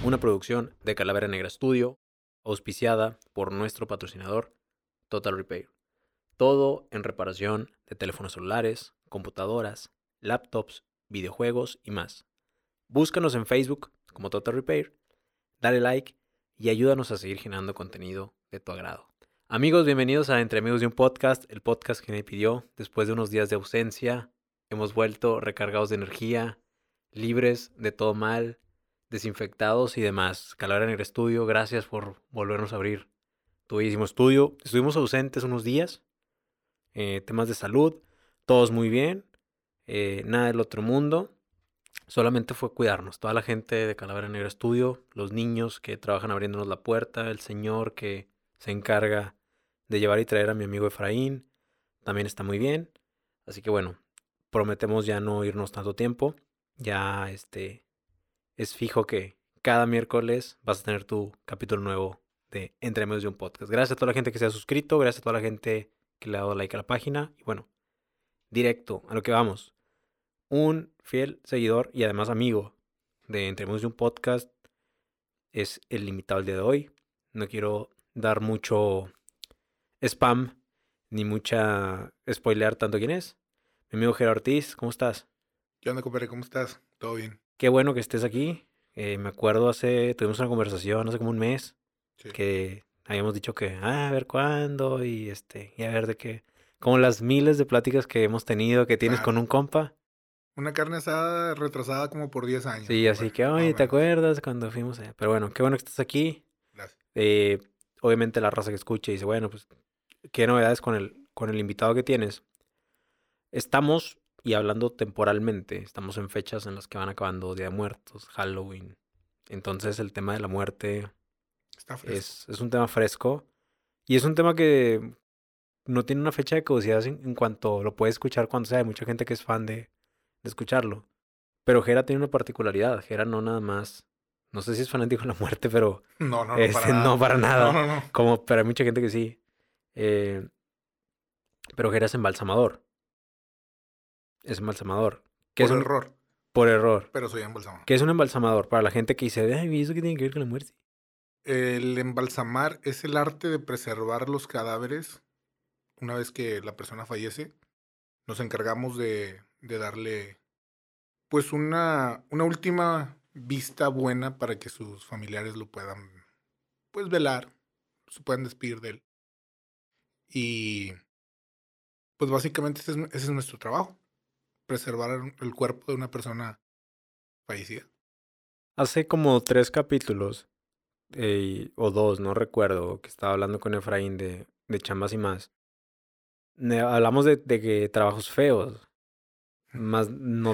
una producción de Calavera Negra Studio, auspiciada por nuestro patrocinador, Total Repair. Todo en reparación de teléfonos celulares, computadoras, laptops, videojuegos y más. Búscanos en Facebook como Total Repair, dale like y ayúdanos a seguir generando contenido de tu agrado. Amigos, bienvenidos a Entre Amigos de un Podcast, el podcast que me pidió después de unos días de ausencia. Hemos vuelto recargados de energía, libres de todo mal, desinfectados y demás. Calavera Negra Estudio, gracias por volvernos a abrir tu bellísimo estudio. Estuvimos ausentes unos días, temas de salud, todos muy bien, nada del otro mundo. Solamente fue cuidarnos, toda la gente de Calavera Negra Estudio, los niños que trabajan abriéndonos la puerta, el señor que se encarga de llevar y traer a mi amigo Efraín, también está muy bien. Así que bueno, prometemos ya no irnos tanto tiempo. Ya es fijo que cada miércoles vas a tener tu capítulo nuevo de Entre Medios de un Podcast. Gracias a toda la gente que se ha suscrito, gracias a toda la gente que le ha dado like a la página. Y bueno, directo a lo que vamos. Un fiel seguidor y además amigo de Entre Medios de un Podcast es el invitado del día de hoy. No quiero dar mucho spam ni mucha spoilear tanto quién es. Mi amigo Gerardo Ortiz, ¿cómo estás? ¿Qué onda, compadre? ¿Cómo estás? ¿Todo bien? Qué bueno que estés aquí. Me acuerdo tuvimos una conversación hace como un mes Sí. que habíamos dicho que, a ver cuándo y a ver de qué. Como las miles de pláticas que hemos tenido, que tienes con Claro. un compa. Una carne asada retrasada como por 10 años, Sí, así compadre. que, Más oye, o ¿te menos. acuerdas cuando fuimos allá? Pero bueno, qué bueno que estás aquí. Gracias. Eh, Obviamente la raza que escucha dice, bueno, pues, ¿qué novedades con el invitado que tienes? Estamos, y hablando temporalmente, estamos en fechas en las que van acabando Día de Muertos, Halloween. Entonces el tema de la muerte Está fresco. es un tema fresco. Y es un tema que no tiene una fecha de caducidad en cuanto lo puedes escuchar cuando sea. Hay mucha gente que es fan de escucharlo. Pero Jera tiene una particularidad. Jera no nada más. No sé si es fanático de la muerte, pero No, para no nada. para No, nada. no, no. Pero hay mucha gente que sí. Eh, pero Jera es embalsamador. Es embalsamador. ¿Qué es Por un error. por error? Pero soy embalsamado. ¿Qué es un embalsamador? Para la gente que dice, ay, ¿y eso qué tiene que ver con la muerte? El embalsamar es el arte de preservar los cadáveres una vez que la persona fallece. Nos encargamos de darle, pues, una última vista buena para que sus familiares lo puedan, pues, velar. Se puedan despedir de él. Y, pues, básicamente ese es nuestro trabajo. Preservar el cuerpo de una persona fallecida. Hace como 3 capítulos, o 2, no recuerdo, que estaba hablando con Efraín de chambas y más. Hablamos de que trabajos feos. Más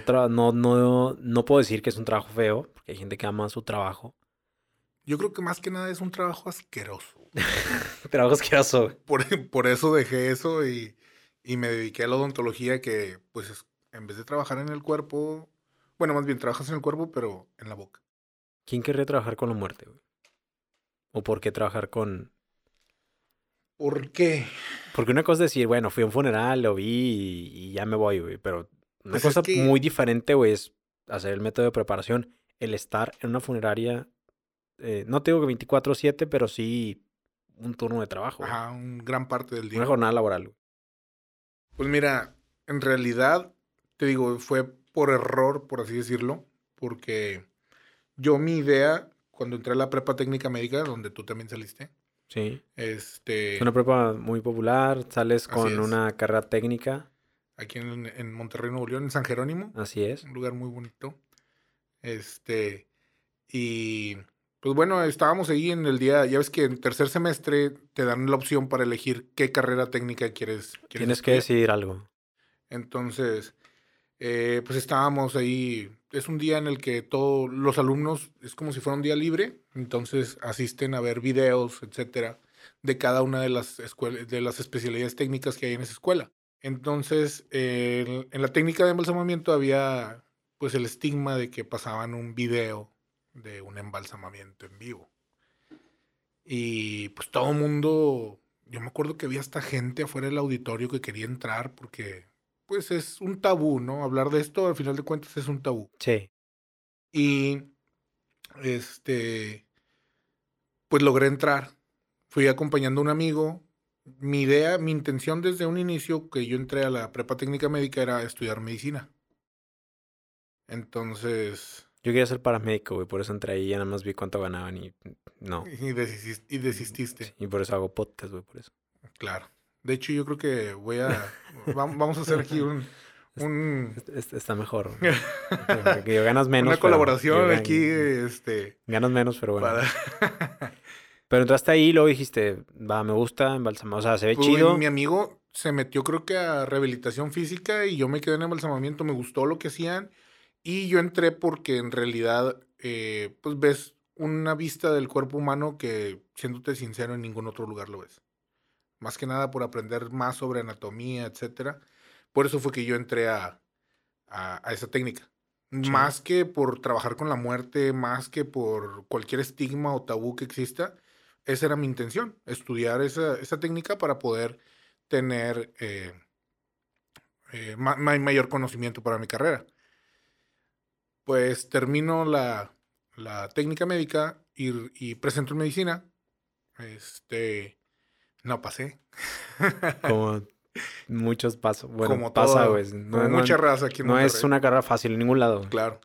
no puedo decir que es un trabajo feo, porque hay gente que ama su trabajo. Yo creo que más que nada es un trabajo asqueroso. Trabajo asqueroso. Por eso dejé eso y me dediqué a la odontología que, pues, en vez de trabajar en el cuerpo, bueno, más bien trabajas en el cuerpo, pero en la boca. ¿Quién querría trabajar con la muerte, güey? ¿O por qué trabajar con...? ¿Por qué? Porque una cosa es decir, bueno, fui a un funeral, lo vi y ya me voy, güey. Pero una Pues es cosa que, muy diferente, güey, es hacer el método de preparación. El estar en una funeraria, no te digo que 24/7, pero sí un turno de trabajo, güey. ajá, un gran parte del Una día. jornada laboral, güey. Pues mira, en realidad, te digo, fue por error, por así decirlo, porque mi idea, cuando entré a la prepa técnica médica, donde tú también saliste, Sí. Es una prepa muy popular, sales así con es, una carrera técnica, aquí en Monterrey, Nuevo León, en San Jerónimo, así es. un lugar muy bonito. Y pues bueno, estábamos ahí en el día, ya ves que en tercer semestre te dan la opción para elegir qué carrera técnica quieres Tienes que estudiar. decidir algo. Entonces, pues estábamos ahí, es un día en el que todos los alumnos, es como si fuera un día libre, entonces asisten a ver videos, etcétera, de cada una de las escuelas, de las especialidades técnicas que hay en esa escuela. Entonces, en la técnica de embalsamamiento había pues el estigma de que pasaban un video de un embalsamamiento en vivo. Y pues todo el mundo, yo me acuerdo que había hasta gente afuera del auditorio que quería entrar porque pues es un tabú, ¿no? Hablar de esto al final de cuentas es un tabú. Sí. Y Pues logré entrar. Fui acompañando a un amigo. Mi idea, mi intención desde un inicio que yo entré a la prepa técnica médica era estudiar medicina. Entonces, Yo quería ser paramédico, güey, por eso entré ahí y nada más vi cuánto ganaban y no. y desististe. Sí, y por eso hago podcast, güey, por eso. Claro. De hecho, yo creo que vamos a hacer aquí Está mejor, güey. Que yo ganas menos, una colaboración aquí, ganas menos, pero bueno. para... Pero entraste ahí y luego dijiste, va, me gusta, embalsamado, o sea, se ve Pues, chido. mi amigo se metió creo que a rehabilitación física y yo me quedé en embalsamamiento, me gustó lo que hacían y yo entré porque en realidad pues ves una vista del cuerpo humano que, siéndote sincero, en ningún otro lugar lo ves. Más que nada por aprender más sobre anatomía, etcétera. Por eso fue que yo entré a esa técnica. Sí. Más que por trabajar con la muerte, más que por cualquier estigma o tabú que exista, esa era mi intención, estudiar esa técnica para poder tener mayor conocimiento para mi carrera. Pues termino la técnica médica y presento en medicina. No pasé. Como muchos pasos. Bueno, Como pasa, todo, güey. como mucha raza aquí en No es Monterrey. una carrera fácil en ningún lado. Claro.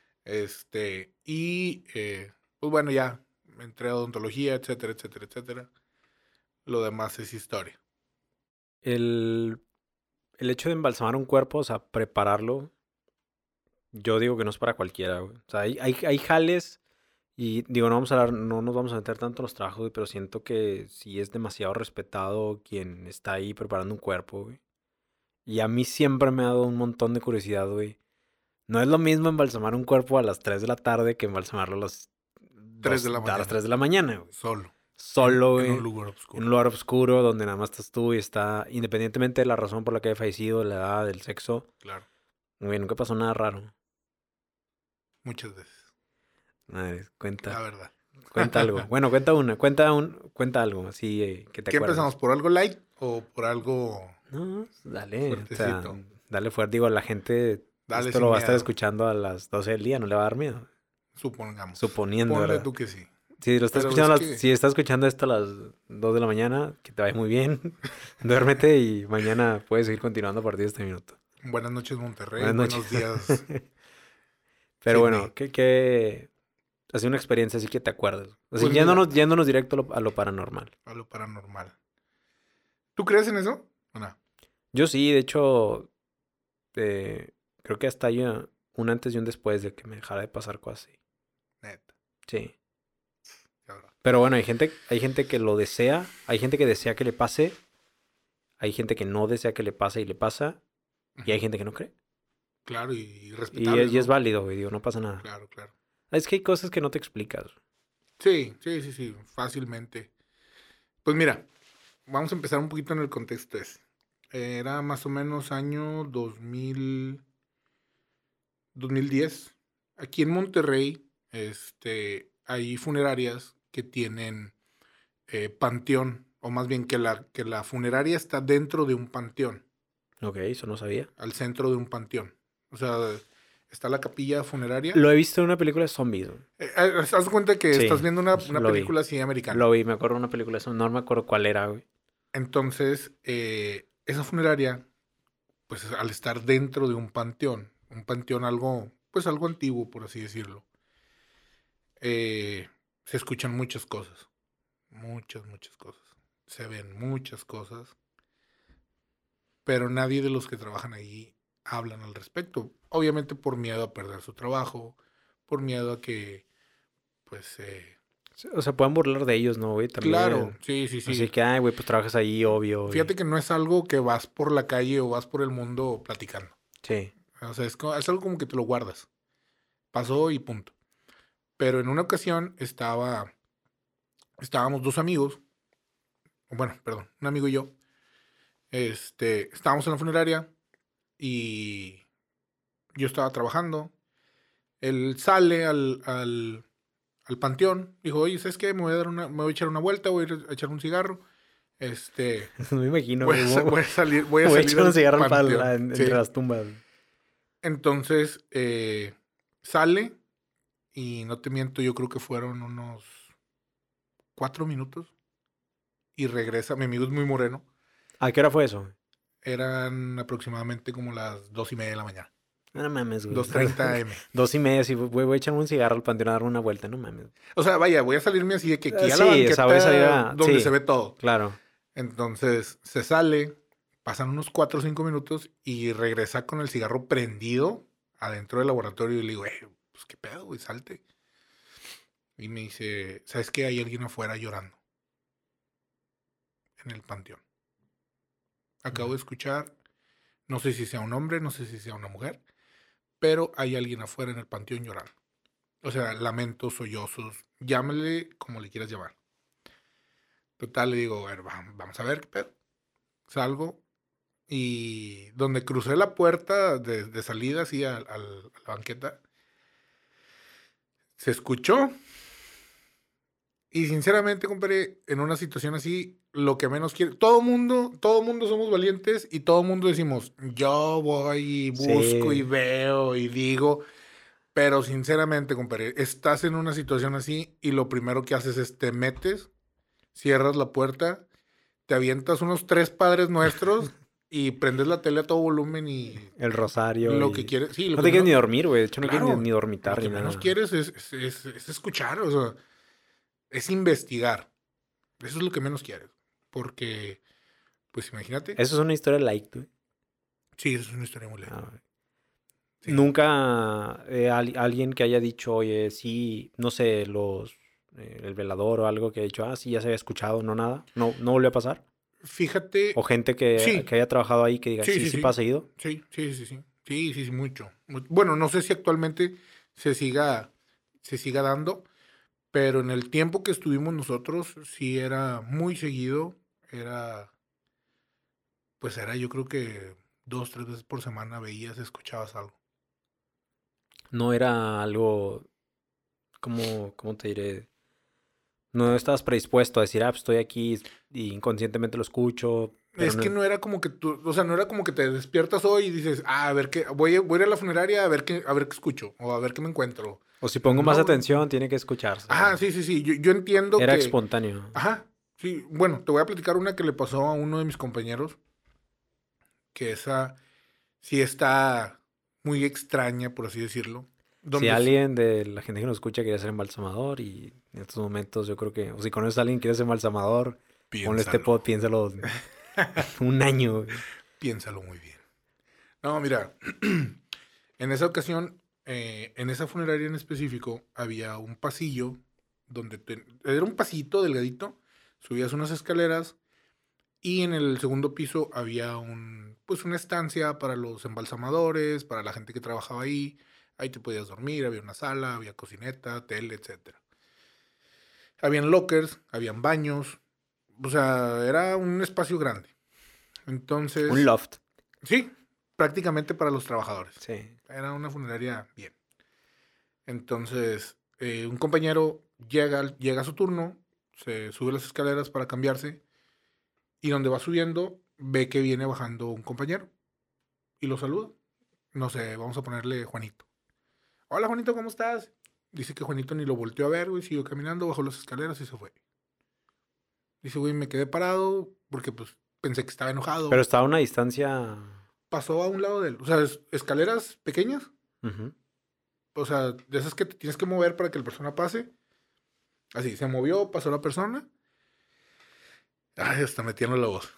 Pues bueno, ya entré a odontología, etcétera, etcétera, etcétera. Lo demás es historia. El hecho de embalsamar un cuerpo, o sea, prepararlo, yo digo que no es para cualquiera, güey. O sea, hay jales y digo, no nos vamos a meter tanto en los trabajos, güey, pero siento que sí es demasiado respetado quien está ahí preparando un cuerpo, güey. Y a mí siempre me ha dado un montón de curiosidad, güey. No es lo mismo embalsamar un cuerpo a las 3 de la tarde que embalsamarlo a las 3 de la a las mañana. 3 de la mañana, güey. Solo. Solo, güey. En un lugar oscuro. En un lugar oscuro donde nada más estás tú y está, independientemente de la razón por la que haya fallecido, la edad, el sexo. Claro. Güey, nunca pasó nada raro. Muchas veces. Madre, cuenta. La verdad. Cuenta algo. Bueno, cuenta algo así que te ¿Qué acuerdes. empezamos? ¿Por algo light o por algo No, dale. O sea, fuertecito? dale fuerte. Digo, la gente Dale esto sin lo va a estar miedo. escuchando a las 12 del día, no le va a dar miedo. Supongamos. Suponiendo, Ponle ¿verdad? tú que sí. Si lo estás Pero escuchando, es que- si estás escuchando esto a las 2 de la mañana, que te vaya muy bien. Duérmete y mañana puedes seguir continuando a partir de este minuto. Buenas noches, Monterrey. Buenas noches. Buenos días. Pero Sydney. bueno, ¿qué ha sido una experiencia así que te acuerdas? Así, Pues yéndonos directo a lo paranormal. A lo paranormal. ¿Tú crees en eso? ¿O no? Yo sí, de hecho, creo que hasta hay un antes y un después de que me dejara de pasar cosas así. Neta. Sí. Cabrón. Pero bueno, hay gente que lo desea, hay gente que desea que le pase, hay gente que no desea que le pase y le pasa, y hay gente que no cree. Claro, y Y respetable. es válido, güey, digo, no pasa nada. Claro, claro. Es que hay cosas que no te explicas. Sí, fácilmente. Pues mira, vamos a empezar un poquito en el contexto ese. Era más o menos año 2010. Aquí en Monterrey, hay funerarias que tienen panteón, o más bien que la funeraria está dentro de un panteón, Ok, eso no sabía. al centro de un panteón. O sea, está la capilla funeraria. Lo he visto en una película de zombies. Güey. Haz de cuenta que Sí, estás viendo una lo vi. película así americana. Lo vi, me acuerdo de una película, no me acuerdo cuál era, güey. Entonces, esa funeraria, pues al estar dentro de un panteón algo, pues algo antiguo, por así decirlo, se escuchan muchas cosas. Muchas cosas. Se ven muchas cosas. Pero nadie de los que trabajan ahí hablan al respecto. Obviamente por miedo a perder su trabajo, por miedo a que, pues... O sea, pueden burlar de ellos, ¿no, güey? También. Claro, sí. Así que, ay, güey, pues trabajas ahí, obvio. Fíjate que no es algo que vas por la calle o vas por el mundo platicando. Sí. O sea, es algo como que te lo guardas. Pasó y punto. Pero en una ocasión estábamos dos amigos. Bueno, perdón, un amigo y yo. Estábamos en la funeraria y yo estaba trabajando. Él sale al panteón. Dijo, oye, ¿sabes qué? Me voy a echar una vuelta, voy a ir a echar un cigarro. No me imagino. Voy a salir voy a echar un del cigarro panteón. entre las tumbas. Entonces, sale Y no te miento, yo creo que fueron unos 4 minutos. Y regresa, mi amigo es muy moreno. ¿A qué hora fue eso? Eran aproximadamente como las 2:30 de la mañana. No mames, güey. 2:30 AM. 2:30, sí, voy a echarme un cigarro al panteón a dar una vuelta, no mames. O sea, vaya, voy a salirme así de que aquí a la Sí, o banqueta sea, voy a salir a... donde sí, se ve todo. claro. Entonces, se sale, pasan unos 4 o 5 minutos y regresa con el cigarro prendido adentro del laboratorio y le digo, pues qué pedo, güey, salte. Y me dice, ¿sabes qué? Hay alguien afuera llorando en el panteón. Acabo de escuchar, no sé si sea un hombre, no sé si sea una mujer, pero hay alguien afuera en el panteón llorando. O sea, lamentos, sollozos, llámale como le quieras llamar. Total, le digo, a ver, vamos a ver qué pedo. Salgo y donde crucé la puerta de salida así a la banqueta, se escuchó. Y sinceramente, compadre, en una situación así, lo que menos quiere, todo mundo somos valientes y todo mundo decimos, yo voy y busco y Sí. veo y digo, pero sinceramente, compadre, estás en una situación así y lo primero que haces es te metes, cierras la puerta, te avientas unos 3 Padres Nuestros y prendes la tele a todo volumen y El rosario lo que y... quieres, sí, lo No que te quieres menos, ni dormir, güey. De hecho, no quieres claro, ni lo dormitar que ni menos nada. quieres es escuchar, o sea, es investigar. Eso es lo que menos quieres. Porque, pues imagínate. Eso es una historia light, güey. Sí, eso es una historia muy larga. Ah, güey. Sí. Nunca alguien que haya dicho, oye, sí, no sé, el velador o algo que haya dicho, sí, ya se había escuchado, no nada. No volvió a pasar. O Fíjate. gente que Sí, haya trabajado ahí que diga, sí, sí, sí, sí sí. pasa seguido. Sí, sí, sí, sí. Sí, sí, sí, mucho. Bueno, no sé si actualmente se siga dando, pero en el tiempo que estuvimos nosotros, sí era muy seguido. Era, pues era, yo creo que 2, 3 veces por semana veías, escuchabas algo. No era algo, ¿cómo te diré? No estabas predispuesto a decir, pues estoy aquí y inconscientemente lo escucho, pero Es que no... no era como que tú, o sea, no era como que te despiertas hoy y dices, a ver qué, voy a ir a la funeraria a ver qué escucho, o a ver qué me encuentro. O si pongo más No, atención, tiene que escucharse. ajá, sí, sí, sí, yo entiendo Era que, espontáneo. ajá, sí, bueno, te voy a platicar una que le pasó a uno de mis compañeros, que esa sí está muy extraña, por así decirlo, Si donde, alguien de la gente que nos escucha quiere ser embalsamador y en estos momentos yo creo que, o si conoces a alguien que quiere ser embalsamador, ponle este piénsalo, pod, piénsalo un año. Güey. piénsalo muy bien. No, mira, en esa ocasión, en esa funeraria en específico, había un pasillo donde era un pasito delgadito, subías unas escaleras y en el segundo piso había pues una estancia para los embalsamadores, para la gente que trabajaba ahí. Ahí te podías dormir, había una sala, había cocineta, tele, etcétera. Habían lockers, habían baños, o sea, era un espacio grande. Un Entonces, loft. sí, prácticamente para los trabajadores. Sí. Era una funeraria bien. Entonces, un compañero llega a su turno, se sube las escaleras para cambiarse y donde va subiendo ve que viene bajando un compañero y lo saluda. No sé, vamos a ponerle Juanito. Hola Juanito, ¿cómo estás? Dice que Juanito ni lo volteó a ver, güey, siguió caminando, bajó las escaleras y se fue. Dice, güey, me quedé parado porque pues pensé que estaba Pero enojado. estaba a una distancia... Pasó a un lado de él. O sea, escaleras pequeñas. Ujú. O sea, de esas que te tienes que mover para que la persona pase. Así, se movió, pasó la persona. Ay, hasta metiendo la voz.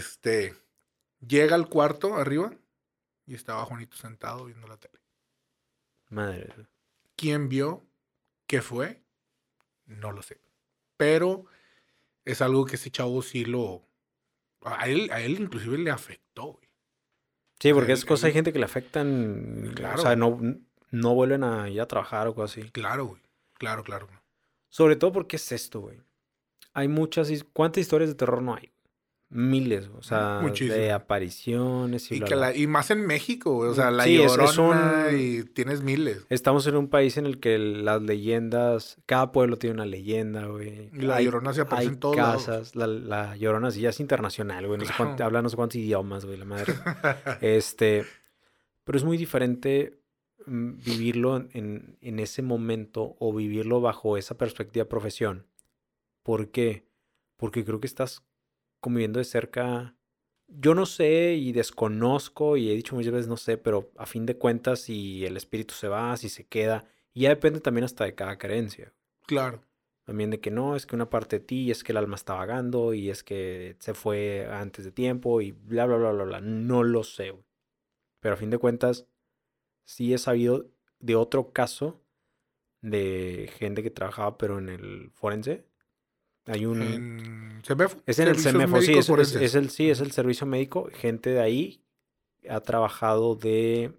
Llega al cuarto arriba y estaba Juanito sentado viendo la tele. Madre. ¿Quién vio? ¿Qué fue? No lo sé. Pero es algo que ese chavo sí lo... A él inclusive le afectó, güey. Sí, O sea, porque es cosa hay gente que le afectan, o sea, claro, no vuelven a ir a trabajar o cosas así. claro, güey. Claro, claro. Sobre todo porque es esto, güey. Hay ¿cuántas historias de terror no hay? Miles, o sea, de Muchísimo. apariciones y Y bla, bla. y más en México, güey. O sea, La Sí, Llorona y tienes miles. estamos en un país en el que las leyendas, cada pueblo tiene una leyenda, güey. Y La Llorona se aparece en Hay todos lados. casas, la Llorona sí ya es internacional, güey. No sé Claro. habla no sé cuántos idiomas, güey, la madre. Pero es muy diferente. vivirlo en ese momento o vivirlo bajo esa perspectiva de profesión. ¿Por qué? Porque creo que estás conviviendo de cerca. Yo no sé y desconozco y he dicho muchas veces no sé, pero a fin de cuentas si el espíritu se va, si se queda, y ya depende también hasta de cada creencia. Claro. También de que no, es que una parte de ti, es que el alma está vagando y es que se fue antes de tiempo y bla, bla, bla, bla, bla. No lo sé, güey. Pero a fin de cuentas, sí he sabido de otro caso de gente que trabajaba, pero en el forense. Hay un... En CEMEFO, Es en el Servicios CEMEFO, sí, Médicos es Forenses. el, sí, es el servicio médico. Gente de ahí ha trabajado de,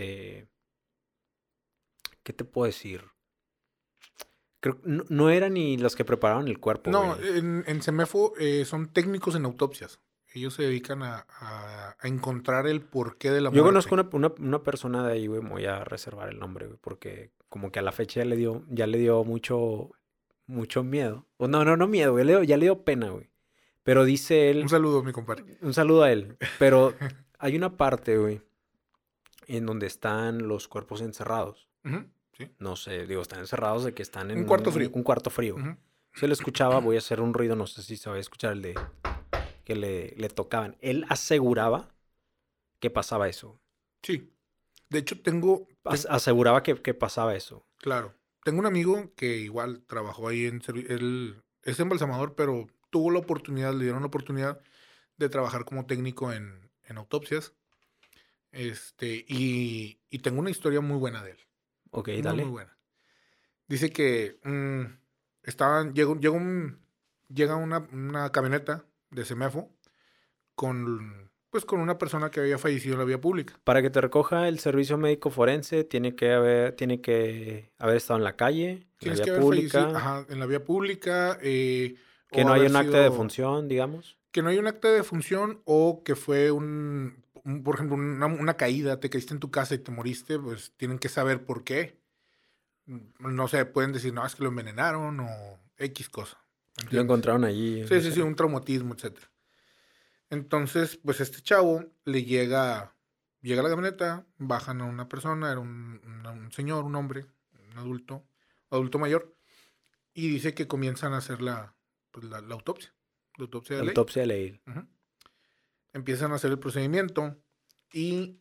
¿qué te puedo decir? Creo que no eran ni los que preparaban el cuerpo, No, güey. en CEMEFO son técnicos en autopsias. Ellos se dedican a encontrar el porqué de la Yo conozco muerte. una persona de ahí, güey, me voy a reservar el nombre, güey, porque como que a la fecha ya le dio mucho miedo. O no miedo, güey, ya le dio pena, güey. Pero dice Un él, saludo, mi compadre. un saludo a él, pero hay una parte, güey, en donde están los cuerpos encerrados. Ujú, sí. No sé, digo, están encerrados de que están Un en cuarto un, frío. un cuarto frío. Ujú. Se le escuchaba, voy a hacer un ruido, no sé si se va a escuchar el de que le tocaban. Él aseguraba que pasaba eso. Sí. De hecho, Aseguraba que pasaba eso. claro, tengo un amigo que igual trabajó ahí él es embalsamador, pero tuvo la oportunidad, le dieron la oportunidad de trabajar como técnico en autopsias. Y tengo una historia muy buena de él. Ok, Muy, muy dale. buena. Dice que llega una camioneta de Semefo con una persona que había fallecido en la vía pública. Para que te recoja el servicio médico forense, tiene que haber estado en la calle, en la Tienes que vía haber fallecido, pública, ajá, en la vía pública, que o no haya haber un acta de sido, función, digamos. que no hay un acta de defunción, o que fue por ejemplo, una caída, te caíste en tu casa y te moriste, pues tienen que saber por qué. No sé, pueden decir, no, es que lo envenenaron o X cosa, Lo ¿entiendes? encontraron allí, Sí, no sí, sí, sé. un traumatismo, etcétera. Entonces, pues este chavo llega a la camioneta, bajan a una persona, era un señor, un hombre, un adulto mayor, y dice que comienzan a hacer la autopsia, la autopsia La de ley. autopsia de ley. Ujú. Empiezan a hacer el procedimiento y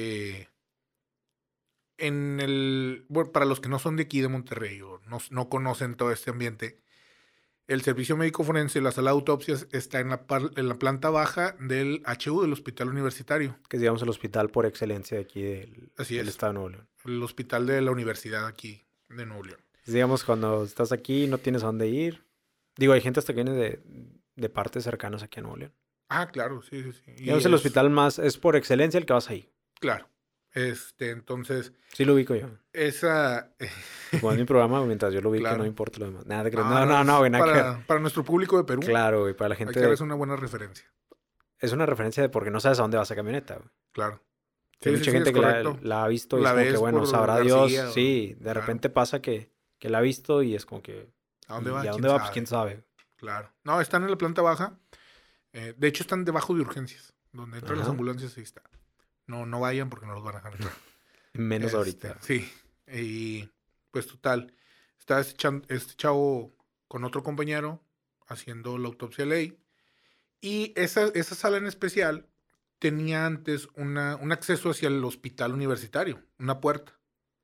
bueno, para los que no son de aquí de Monterrey o no conocen todo este ambiente, el servicio médico forense, la sala de autopsias, está en la planta baja del HU, del Hospital Universitario. Que es, digamos, el hospital por excelencia de aquí Así del es, estado de Nuevo León. el hospital de la universidad aquí de Nuevo León. Es, digamos, cuando estás aquí y no tienes a dónde ir. Digo, hay gente hasta que viene de partes cercanas aquí a Nuevo León. Ah, claro, sí, sí, sí. Y Digamos, el hospital más, es por excelencia el que vas ahí. claro. Entonces, Sí lo ubico yo. esa, Y como es mi programa, mientras yo lo ubique, no claro. importa lo demás. Nada te creas. No, No, no, no, no, es güey, nada que ver. para nuestro público de Perú, Claro, güey, para la hay gente que darles una buena referencia. es una referencia de porque no sabes a dónde va esa camioneta, güey. Claro. Que hay Sí, sí, mucha sí, es gente que la, correcto. la ha visto y es La como que, ves bueno, por sabrá Dios. García, Sí, de claro. repente pasa que la ha visto y es como que... ¿A dónde ¿Y va? a ¿Quién dónde va? Pues sabe? quién sabe. Claro. No, están en la planta baja. De hecho, están debajo de urgencias. Donde entran las Ajá. ambulancias, ahí está. No vayan porque no los van a dejar entrar. Menos ahorita. Sí. Y pues total. Está este chavo con otro compañero haciendo la autopsia de ley. Y esa sala en especial tenía antes un acceso hacia el hospital universitario, una puerta.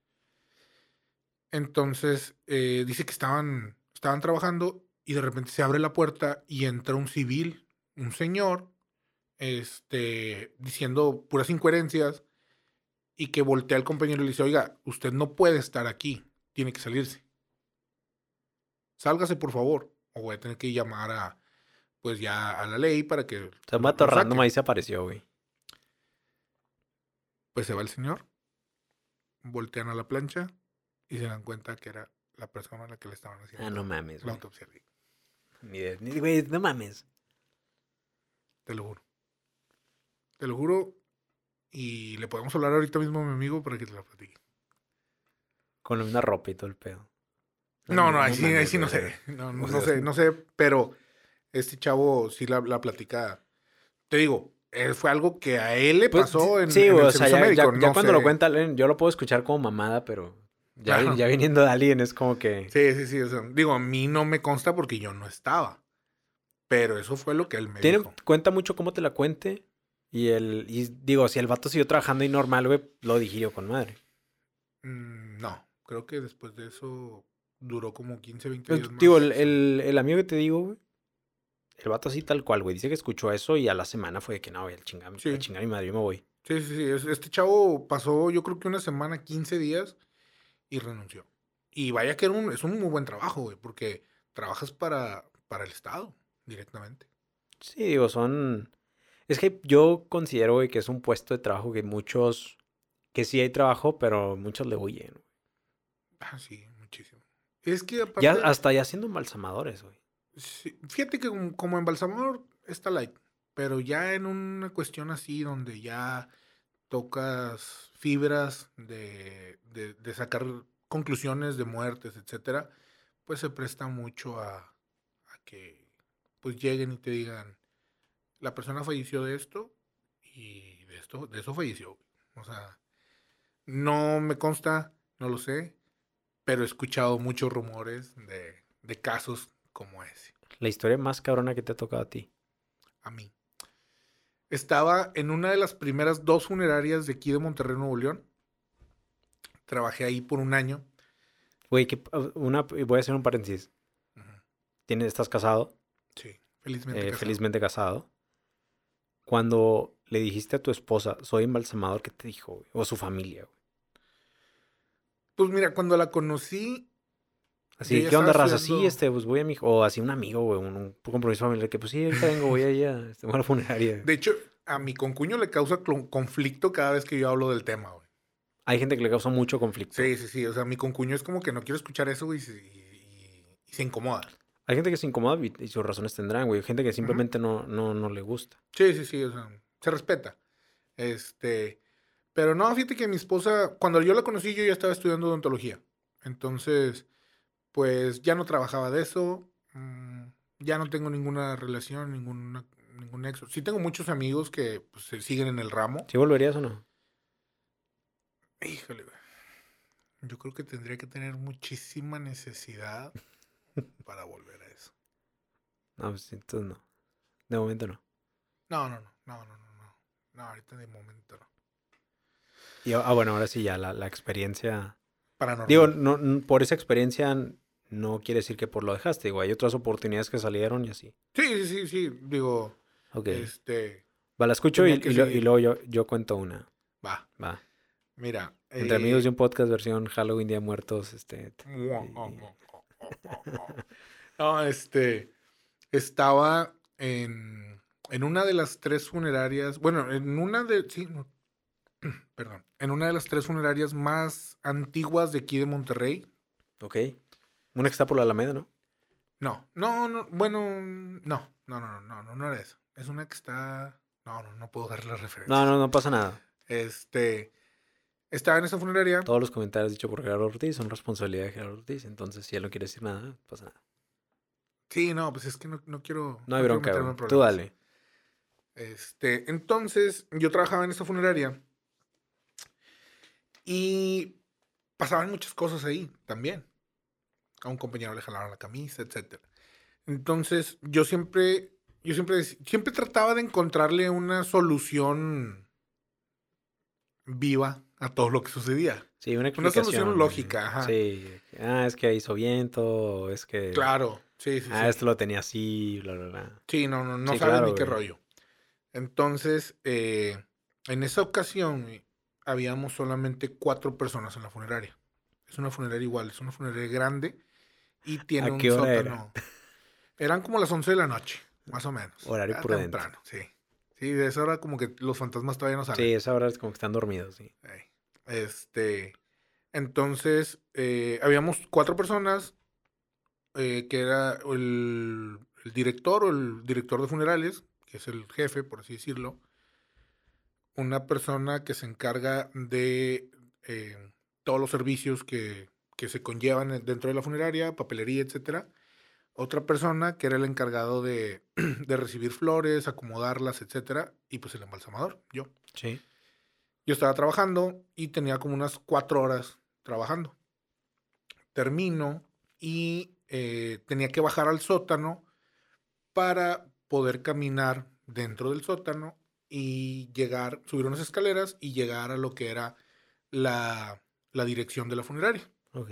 Entonces, dice que estaban trabajando y de repente se abre la puerta y entra un civil, un señor, diciendo puras incoherencias y que voltea al compañero y le dice, oiga, usted no puede estar aquí, tiene que salirse. Sálgase, por favor, o voy a tener que llamar pues ya a la ley para que O sea, un lo, vato lo random saquen. ahí se apareció, güey. Pues se va el señor, voltean a la plancha y se dan cuenta que era la persona a la que le estaban Ah, haciendo no mames, la güey. autopsia. Güey, no mames. Te lo juro. Te lo juro. Y le podemos hablar ahorita mismo a mi amigo para que te la platique. Con una ropa y todo el pedo. No, ahí mames, sí no güey. sé. No, O no sea, sé, no sé, pero este chavo sí la platica. Te digo, fue algo que a él le Pues pasó en sí, el o sea, servicio médico. ya No cuando lo sé. cuenta, yo lo puedo escuchar como mamada, pero Claro. ya viniendo de alguien es como que... Sí. O sea, digo, a mí no me consta porque yo no estaba. Pero eso fue lo que él me dijo. Cuenta mucho cómo te la cuente. Y digo, si el vato siguió trabajando y normal, güey, lo digirió con madre. No, creo que después de eso duró como 15, 20 Pues, días más. digo, el amigo que te digo, güey, el vato así tal cual, güey, dice que escuchó eso y a la semana fue de que no, güey, a chingar Sí. mi madre, yo me voy. Sí. Este chavo pasó, yo creo que una semana, 15 días y renunció. Y vaya que es un muy buen trabajo, güey, porque trabajas para el Estado directamente. Sí, digo, es que yo considero, güey, que es un puesto de trabajo que sí hay trabajo, pero muchos le huyen, güey. Sí, muchísimo. Es que Ya, aparte, hasta ya siendo embalsamadores, güey. sí, fíjate que como embalsamador está light, pero ya en una cuestión así donde ya tocas fibras de sacar conclusiones de muertes, etcétera, pues se presta mucho a que pues lleguen y te digan, la persona falleció de esto y de eso falleció. O sea, no me consta, no lo sé, pero he escuchado muchos rumores de casos como ese. La historia más cabrona que te ha tocado a ti. A mí. Estaba en una de las primeras 2 funerarias de aquí de Monterrey, Nuevo León. Trabajé ahí por un año. Güey, voy a hacer un paréntesis. Ujú. Estás casado, Sí, felizmente casado. felizmente casado. Cuando le dijiste a tu esposa, soy embalsamador, ¿qué te dijo, güey? O su familia, güey. Pues mira, cuando la conocí, yo Así, ya ¿qué estaba onda, raza? Sí, estudiando. pues voy a mi... O así un amigo, güey, un compromiso familiar, que pues sí, ahorita vengo, voy allá, voy a la funeraria. De hecho, a mi concuño le causa conflicto cada vez que yo hablo del tema, güey. Hay gente que le causa mucho conflicto. Sí. O sea, mi concuño es como que no quiero escuchar eso, güey, y se incomoda. Hay gente que se incomoda y sus razones tendrán, güey. Hay gente que Ujú. simplemente no le gusta. Sí, o sea, se respeta. Pero no, fíjate que mi esposa, cuando yo la conocí, yo ya estaba estudiando odontología. Entonces, pues ya no trabajaba de eso. Ya no tengo ninguna relación, ningún nexo. Sí tengo muchos amigos que pues, se siguen en el ramo. ¿Sí volverías o no? Híjole, güey. Yo creo que tendría que tener muchísima necesidad para volver a eso. No, pues entonces no. De momento no. No. No, ahorita de momento no. Bueno, ahora sí ya la experiencia... Digo, Paranormal. por esa experiencia no quiere decir que por lo dejaste. Digo, hay otras oportunidades que salieron y así. Sí. Digo, Ok. este, Va, la escucho tenía que y seguir. luego yo cuento una. Va. Va. Mira, Entre amigos de un podcast versión Halloween, Día de Muertos, no, estaba en una de las 3 funerarias, bueno, sí, no, perdón, en una de las 3 funerarias más antiguas de aquí de Monterrey. Ok. Una que está por la Alameda, ¿no? No, bueno, no era eso. Es una que está, no puedo dar las referencias. No pasa nada. Estaba en esa funeraria. Todos los comentarios dichos por Gerardo Ortiz son responsabilidad de Gerardo Ortiz. Entonces, si él no quiere decir nada, no pasa nada. Sí, no, pues es que no quiero, No hay quiero bronca, meterme güey. en Tú problemas. dale. Entonces, yo trabajaba en esa funeraria y pasaban muchas cosas ahí también. A un compañero le jalaron la camisa, etcétera. Entonces, siempre trataba de encontrarle una solución viva a todo lo que sucedía. Sí, una Una solución explicación. lógica, ajá. Sí. Es que hizo viento, o es que... Claro, sí. esto lo tenía así, bla, bla, bla. Sí, no Sí, sabes claro, ni qué güey. rollo. Entonces, en esa ocasión, habíamos solamente 4 personas en la funeraria. Es una funeraria igual, es una funeraria grande y tiene ¿A un qué hora era? sótano. Eran como las 11 de la noche, más o menos. Horario Era prudente. temprano, sí. Sí, de esa hora como que los fantasmas todavía no salen. Sí, esa hora es como que están dormidos, sí. Entonces, habíamos 4 personas, que era el director o el director de funerales, que es el jefe, por así decirlo. Una persona que se encarga de todos los servicios que se conllevan dentro de la funeraria, papelería, etcétera. otra persona que era el encargado de, de recibir flores, acomodarlas, etcétera, y pues el embalsamador, yo. Sí. Yo estaba trabajando y tenía como unas 4 horas trabajando. Termino y tenía que bajar al sótano para poder caminar dentro del sótano y llegar, subir unas escaleras y llegar a lo que era la dirección de la funeraria. Ok.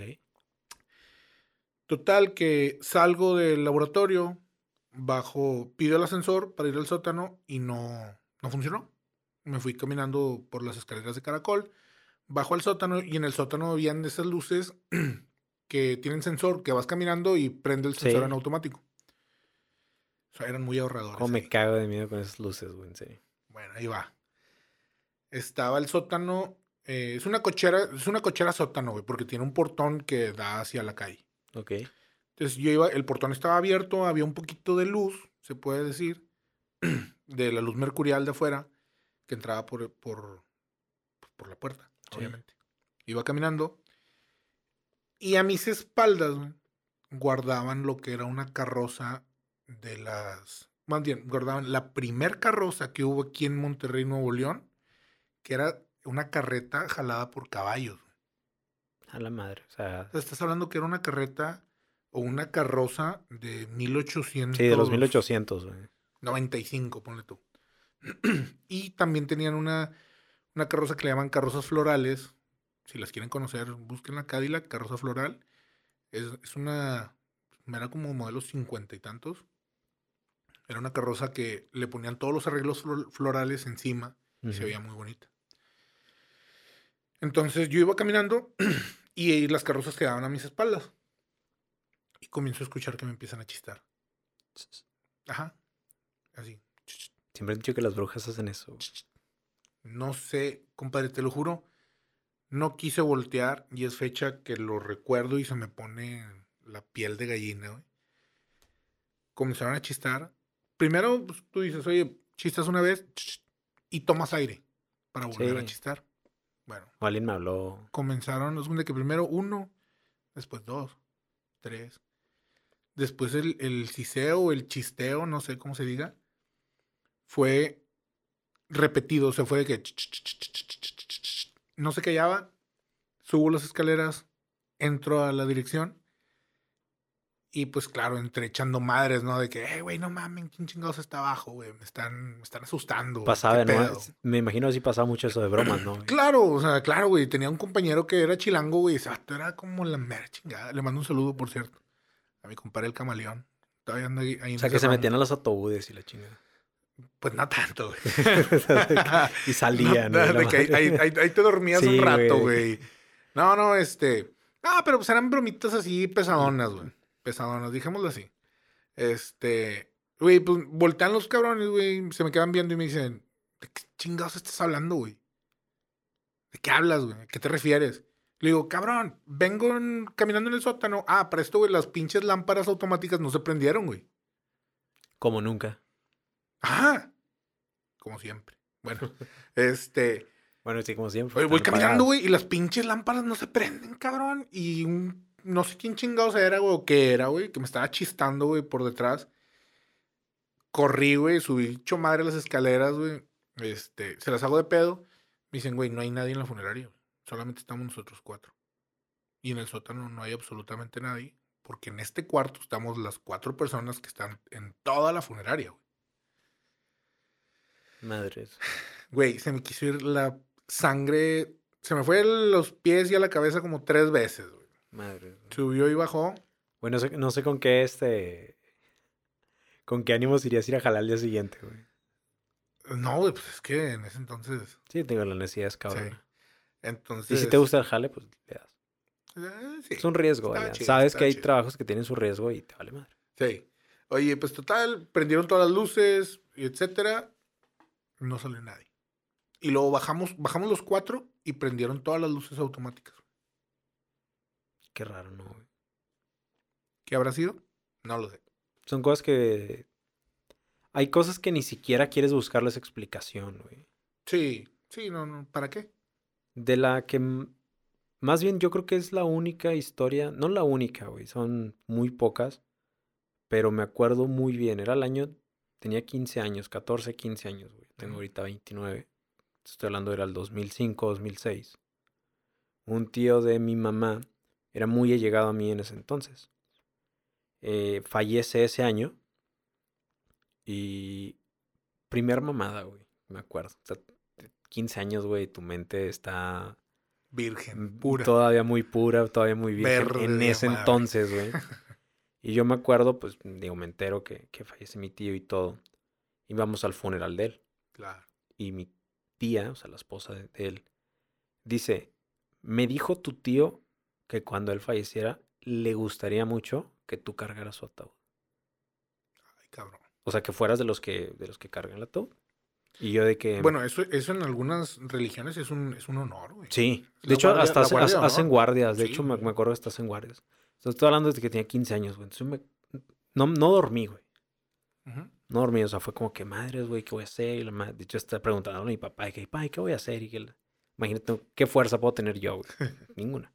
Total que salgo del laboratorio, bajo, pido el ascensor para ir al sótano y no funcionó. Me fui caminando por las escaleras de caracol, bajo al sótano y en el sótano habían de esas luces que tienen sensor, que vas caminando y prende el sensor en Sí. automático. O sea, eran muy ahorradores Cómo me ahí. cago de miedo con esas luces, güey, en serio. Bueno, ahí va. Estaba el sótano, es una cochera sótano, güey, porque tiene un portón que da hacia la calle. Ok. Entonces yo iba, el portón estaba abierto, había un poquito de luz, se puede decir, de la luz mercurial de afuera, que entraba por la puerta, Sí. obviamente. Iba caminando y a mis espaldas, güey, guardaban lo que era una carroza de las... Más bien, guardaban la primer carroza que hubo aquí en Monterrey, Nuevo León, que era una carreta jalada por caballos. A la madre. O sea, O sea, estás hablando que era una carreta o una carroza de sí, de los 1895, 1800, güey. ponle tú. Y también tenían una carroza que le llaman carrozas florales. Si las quieren conocer, busquen la Cadillac, carroza floral. Es una... Era como modelo 50 y tantos. Era una carroza que le ponían todos los arreglos florales encima y se Ujú. veía muy bonita. Entonces yo iba caminando y las carrozas quedaban a mis espaldas. Y comienzo a escuchar que me empiezan a chistar. Ajá, así. Siempre he dicho que las brujas hacen eso, güey. No sé, compadre, te lo juro. No quise voltear y es fecha que lo recuerdo y se me pone la piel de gallina, güey. Comenzaron a chistar. Primero, pues, tú dices, oye, chistas una vez y tomas aire para volver a Sí. chistar. Bueno, O alguien me habló. comenzaron, es de que primero uno, después dos, tres. Después el siseo, el chisteo, no sé cómo se diga, fue repetido. Se fue de que no se callaba. Subo las escaleras, entro a la dirección y pues claro, entre echando madres, ¿no? De que, güey, no mames, ¿quién chingados está abajo, güey? Me están asustando, güey. ¿Qué Pasaba, ¿no? pedo? Me imagino así pasaba mucho eso de bromas, ¿no, güey? Claro, o sea, claro, güey. Tenía un compañero que era chilango, güey. Ese vato era como la mera chingada. Le mando un saludo, por cierto, a mi compadre el camaleón. Todavía anda ahí O en sea, que ese se ramo. metían a los autobuses y la chingada. Pues no tanto, güey. Y No, salían, güey, la de que madre. ahí te dormías un Sí, rato, güey. güey. No, no, Ah, pero pues eran bromitas así pesadonas, güey. Pesadonas, dijémoslo así. Güey, pues voltean los cabrones, güey. Se me quedan viendo y me dicen, ¿de qué chingados estás hablando, güey? ¿De qué hablas, güey? ¿A qué te refieres? Le digo, cabrón, caminando en el sótano. Ah, para esto, güey, las pinches lámparas automáticas no se prendieron, güey. Como nunca. Ah, como siempre. Bueno, Bueno, sí, como siempre, oye, están voy caminando, apagadas. güey, y las pinches lámparas no se prenden, cabrón. Y no sé quién chingados era, güey, o qué era, güey, que me estaba chistando, güey, por detrás. Corrí, güey, subí hecho madre las escaleras, güey. Se las hago de pedo. Me dicen, güey, no hay nadie en la funeraria, güey. Solamente estamos nosotros cuatro. Y en el sótano no hay absolutamente nadie. Porque en este cuarto estamos las 4 personas que están en toda la funeraria, güey. Madres. Güey, se me quiso ir la sangre. Se me fue los pies y a la cabeza como 3 veces, güey. Madres. Subió y bajó. Bueno, no sé con qué con qué ánimos irías a ir a jalar al día siguiente, güey. No, güey, pues es que en ese entonces. Sí, tengo la necesidad es Sí. cabrona. Y si te Entonces. gusta el jale, pues le das. Sí. Es un riesgo, Estaba vaya. chido, Sabes que estaba hay chido. trabajos que tienen su riesgo y te vale madre. Sí. Oye, pues total, prendieron todas las luces, y etcétera. No salió nadie. Y luego bajamos los 4 y prendieron todas las luces automáticas. Qué raro, ¿no, güey? ¿Qué habrá sido? No lo sé. Son cosas que... Hay cosas que ni siquiera quieres buscarles explicación, güey. Sí, sí, no. ¿Para qué? De la que... Más bien yo creo que es la única historia... No la única, güey. Son muy pocas. pero me acuerdo muy bien. Era el año, tenía 15 años, 14, 15 años, güey. Tengo ahorita 29. Estoy hablando, era el 2005, 2006. Un tío de mi mamá era muy allegado a mí en ese entonces. Fallece ese año y primer mamada, güey, me acuerdo. O sea, 15 años, güey, tu mente está Virgen, pura. todavía muy pura, todavía muy virgen Verde en de ese madre. entonces, güey. Y yo me acuerdo, pues, digo, me entero que fallece mi tío y todo. Y vamos al funeral de él. Claro. Y mi tía, o sea, la esposa de él, dice, me dijo tu tío que cuando él falleciera le gustaría mucho que tú cargaras su ataúd. Ay, cabrón. O sea, que fueras de los que cargan el ataúd. Y yo de que... Bueno, eso en algunas religiones es un honor, güey. Sí. La De hecho, guardia- hasta la guardia de honor. hacen guardias. De Sí, hecho, güey. me acuerdo que hasta hacen guardias. Entonces, estoy hablando desde que tenía 15 años, güey. Entonces, no dormí, güey. Ujú. No dormí. O sea, fue como que, madres, güey, ¿qué voy a hacer? Y de hecho, estaba preguntando a mi papá, de que, ¿qué voy a hacer? Y que, imagínate, ¿qué fuerza puedo tener yo, güey? Ninguna.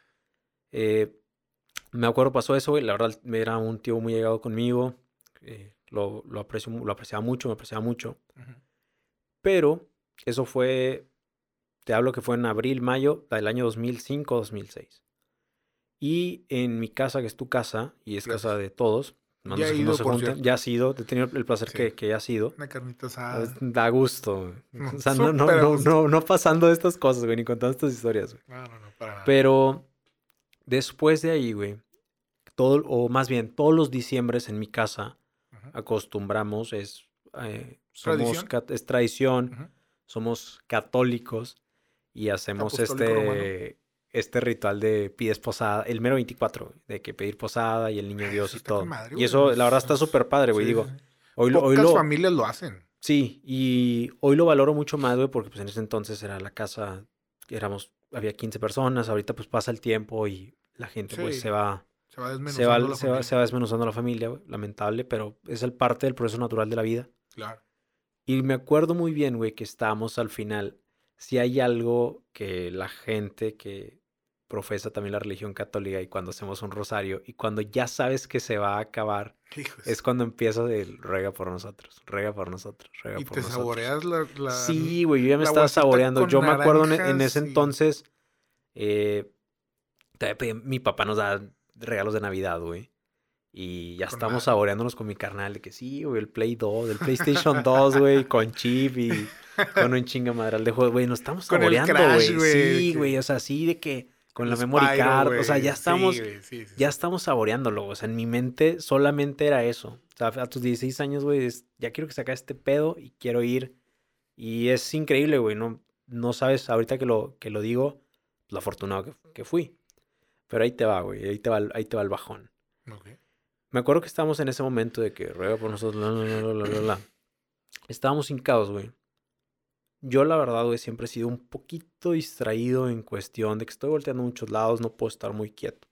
Me acuerdo pasó eso, güey. La verdad, era un tío muy llegado conmigo. Lo apreciaba mucho, me apreciaba mucho. Ujú. Pero eso fue, te hablo que fue en abril, mayo del año 2005, 2006. Y en mi casa, que es tu casa, y es Gracias. casa de todos, Ya he ido, se por junten, cierto. ya has ido, he tenido el placer Sí. que hayas ido. Una carnita asada. Da gusto, güey. O sea, Súper a gusto. no pasando de estas cosas, güey, ni contando estas historias, güey. No, para nada. Pero después de ahí, güey, o más bien, todos los diciembres en mi casa Ujú. acostumbramos, es ¿Tradición? Es tradición, Ujú. somos católicos y hacemos Apostólico romano. este ritual de pides posada, el mero 24, güey, de que pedir posada y el niño Dios Eso y está todo. con madre, Y güey. eso, la verdad, está súper padre, güey. Sí, Digo, sí, sí. hoy Pocas familias lo hacen. Sí, y hoy lo valoro mucho más, güey, porque pues en ese entonces era la casa, había 15 personas, ahorita pues pasa el tiempo y la gente pues Sí. se va desmenuzando la familia. desmenuzando la familia, güey, lamentable, pero es el parte del proceso natural de la vida. Claro. Y me acuerdo muy bien, güey, que estábamos al final. Si hay algo que la gente que profesa también la religión católica y cuando hacemos un rosario y cuando ya sabes que se va a acabar, Hijos. es cuando empieza el ruega por nosotros, ruega por nosotros, ruega Y por te nosotros. saboreas Sí, güey, yo ya me la estaba agüitita saboreando. con Yo me acuerdo en naranjas ese y- entonces, mi papá nos da regalos de Navidad, güey. Y ya Con estamos madre. saboreándonos con mi carnal de que sí, güey, el Play 2, el PlayStation 2, güey, con chip y con un chingamadral de juegos, güey, nos estamos Con el saboreando, Crash, güey. güey, de Sí, que- güey, o sea, sí de que con el la memory Spyro, card, o sea, güey. ya estamos, Sí, güey, sí. ya estamos saboreándolo, o sea, en mi mente solamente era eso. O sea, a tus 16 años, güey, ya quiero que se acabe este pedo y quiero ir. Y es increíble, güey, no sabes ahorita que lo digo, lo afortunado que fui. Pero ahí te va, güey, ahí te va el bajón. Ok. Me acuerdo que estábamos en ese momento de que ruega por nosotros, la. Estábamos hincados, güey. Yo, la verdad, güey, siempre he sido un poquito distraído en cuestión de que estoy volteando a muchos lados, no puedo estar muy quieto.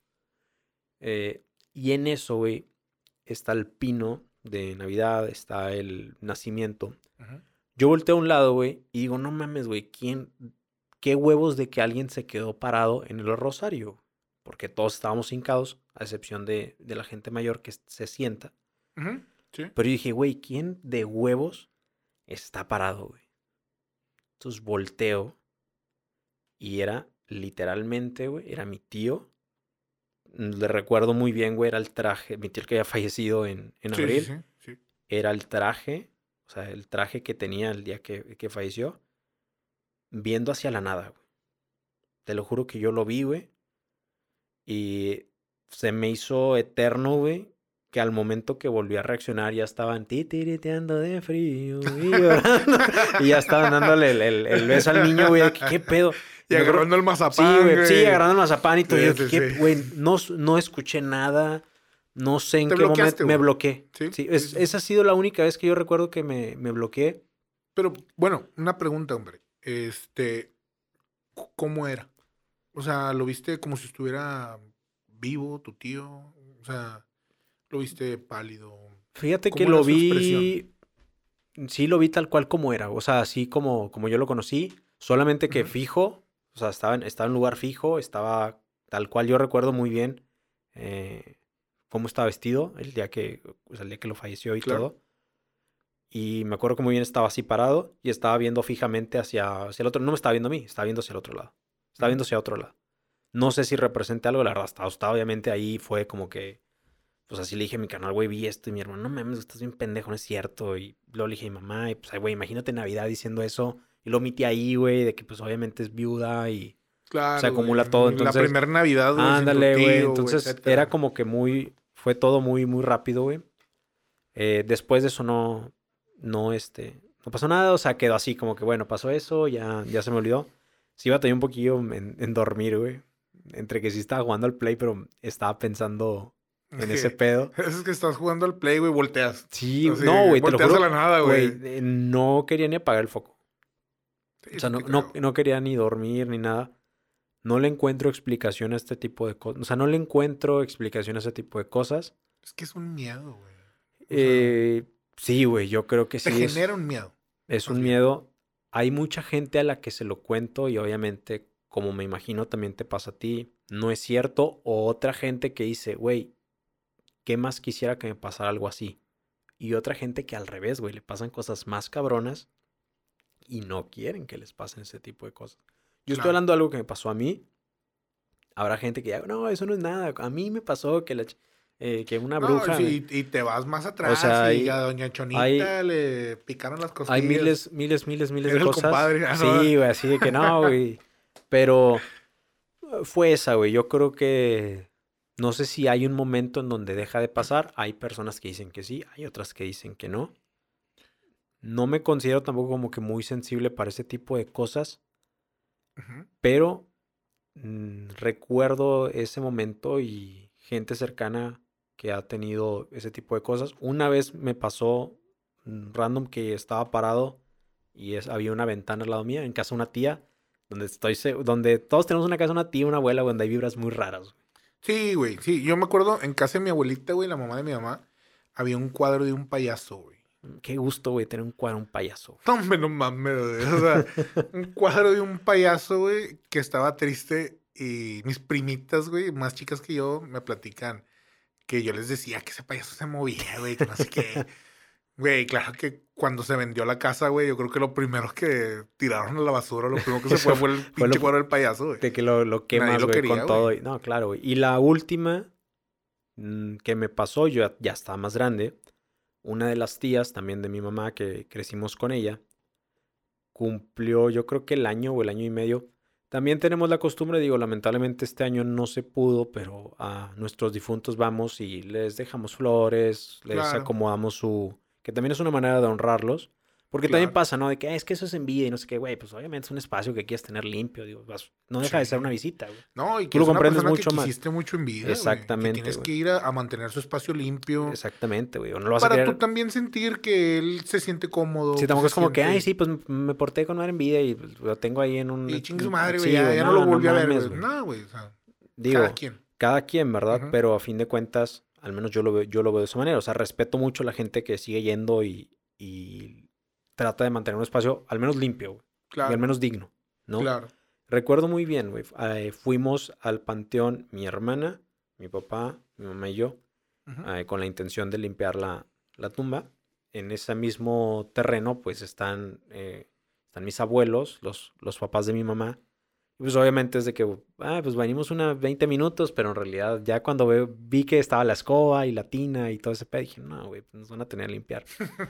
Y en eso, güey, está el pino de Navidad, está el nacimiento. Ujú. Yo volteo a un lado, güey, y digo, no mames, güey, qué huevos de que alguien se quedó parado en el rosario? Porque todos estábamos hincados, a excepción de la gente mayor que se sienta. Ujú. Sí. Pero yo dije, güey, ¿quién de huevos está parado, güey? Entonces volteo y era literalmente, güey, era mi tío. Le recuerdo muy bien, güey, era el traje, mi tío que había fallecido en Sí, abril. sí. Era el traje, o sea, el traje que tenía el día que falleció, viendo hacia la nada, güey. Te lo juro que yo lo vi, güey. Y se me hizo eterno, güey, que al momento que volví a reaccionar ya estaban titiriteando de frío y llorando. Y ya estaban dándole el beso al niño, güey, de que, ¿qué pedo? Y agarrando el mazapán, Sí, güey, güey. sí, agarrando el mazapán y todo. Sí, Y yo, sí, ¿qué, sí. güey? No escuché nada. No sé en Te qué bloqueaste, momento me güey. bloqueé. Sí, Sí, sí, sí. esa ha sido la única vez que yo recuerdo que me bloqueé. Pero, bueno, una pregunta, hombre. ¿Cómo era? O sea, ¿lo viste como si estuviera vivo tu tío? O sea, ¿lo viste pálido? Fíjate que ¿Cómo lo era su expresión? vi. Sí, lo vi tal cual como era. O sea, así como yo lo conocí. Solamente que Ujú. fijo. O sea, estaba en lugar fijo. Estaba tal cual yo recuerdo muy bien. cómo estaba vestido el día que, o sea, el día que lo falleció y Claro. todo. Y me acuerdo que muy bien estaba así parado y estaba viendo fijamente hacia el otro. No me estaba viendo a mí, estaba viendo hacia el otro lado. Estaba Ujú. viendo hacia otro lado. No sé si representa algo, la verdad. Estaba obviamente ahí fue como que, pues así le dije a mi canal, güey, vi esto. Y mi hermano, no mames, estás bien pendejo, no es cierto. Y luego le dije a mi mamá, y pues, ay, güey, imagínate Navidad diciendo eso. Y luego mi tía ahí, güey, de que pues obviamente es viuda y se Claro, güey. acumula todo. La Entonces, primera Navidad, güey, sin tu ándale, güey. tío, güey, Entonces era etcétera. como que fue todo muy, muy rápido, güey. Después de eso no pasó nada, o sea, quedó así como que, bueno, pasó eso, ya se me olvidó. Sí iba a tener un poquillo en dormir, güey. Entre que sí estaba jugando al Play, pero estaba pensando en ese pedo. Es que estás jugando al Play, güey, volteas. Sí, Así, no, güey, te lo volteas a juro, la nada, güey, güey. no quería ni apagar el foco. O Sí, sea, sí no, te no, creo. no quería ni dormir ni nada. No le encuentro explicación a este tipo de cosas. O sea, no le encuentro explicación a ese tipo de cosas. Es que es un miedo, güey. O sea, Eh, sí, güey, yo creo que te sí genera un miedo, es más un bien. miedo. Hay mucha gente a la que se lo cuento y obviamente, como me imagino también te pasa a ti, no es cierto. O otra gente que dice, güey, ¿qué más quisiera que me pasara algo así? Y otra gente que al revés, güey, le pasan cosas más cabronas y no quieren que les pasen ese tipo de cosas. Yo estoy Claro. hablando de algo que me pasó a mí. Habrá gente que diga, no, eso no es nada. A mí me pasó que una No, bruja sí, y te vas más O atrás sea, y a Doña hay, Chonita le picaron las hay costillas. miles, miles, miles, miles de Era el cosas. compadre, ah, no. Sí, güey, así de que no, güey. Pero fue esa, güey. Yo creo que no sé si hay un momento en donde deja de pasar. Hay personas que dicen que sí, hay otras que dicen que no. No me considero tampoco como que muy sensible para ese tipo de cosas, Ujú. pero recuerdo ese momento y gente cercana que ha tenido ese tipo de cosas. Una vez me pasó random que estaba parado y había una ventana al lado mía, en casa de una tía, donde todos tenemos una casa, una tía, una abuela, donde hay vibras muy raras. Sí, güey, sí. Yo me acuerdo en casa de mi abuelita, güey, la mamá de mi mamá, había un cuadro de un payaso, güey. Qué gusto, güey, tener un cuadro, un payaso. No, hombre, no mames, güey. O sea, un cuadro de un payaso, güey, que estaba triste y mis primitas, güey, más chicas que yo, me platican que yo les decía que ese payaso se movía, güey, que no sé qué. Güey, claro que cuando se vendió la casa, güey, yo creo que lo primero que tiraron a la basura, lo primero que se Eso fue fue el fue pinche cuadro del payaso, güey. de que lo Nadie quemas, lo güey, quería, con todo. güey. No, claro, güey. Y la última que me pasó, yo ya estaba más grande. Una de las tías también de mi mamá que crecimos con ella, cumplió yo creo que el año o el año y medio. También tenemos la costumbre, digo, lamentablemente este año no se pudo, pero a nuestros difuntos vamos y les dejamos flores, les Claro, acomodamos que también es una manera de honrarlos. Porque también claro. pasa, ¿no? De que es que eso es envidia y no sé qué, güey, pues obviamente es un espacio que quieres tener limpio, digo, no deja de ser una Sí. visita, güey. No, y Tú que lo es una comprendes persona que mucho más. quisiste mucho en vida, güey. Y que Exactamente, tienes güey. que ir a mantener su espacio limpio Exactamente, güey. O no lo vas a para tú querer. también sentir que él se siente Sí, cómodo, que tampoco se es como que, ay, siente... sí, pues me porté con una envidia y pues, lo tengo ahí en Y un... chingue su madre, güey, Sí, ya, güey, ya no lo no volví a ver, mames, güey. güey. No, güey, o sea, cada Digo, quien. cada quien, ¿verdad? Ujú. Pero a fin de cuentas, al menos yo lo veo de esa manera. O sea, respeto mucho a la gente que sigue yendo y trata de mantener un espacio al menos limpio, güey, y al Claro, menos digno, ¿no? claro. Recuerdo muy bien, güey. Fuimos al panteón mi hermana, mi papá, mi mamá y yo, Ujú. con la intención de limpiar la tumba. En ese mismo terreno, pues están mis abuelos, los papás de mi mamá. Y pues obviamente es de que, pues venimos unos 20 minutos, pero en realidad ya cuando vi que estaba la escoba y la tina y todo ese pedo, dije, no, güey, pues nos van a tener que limpiar.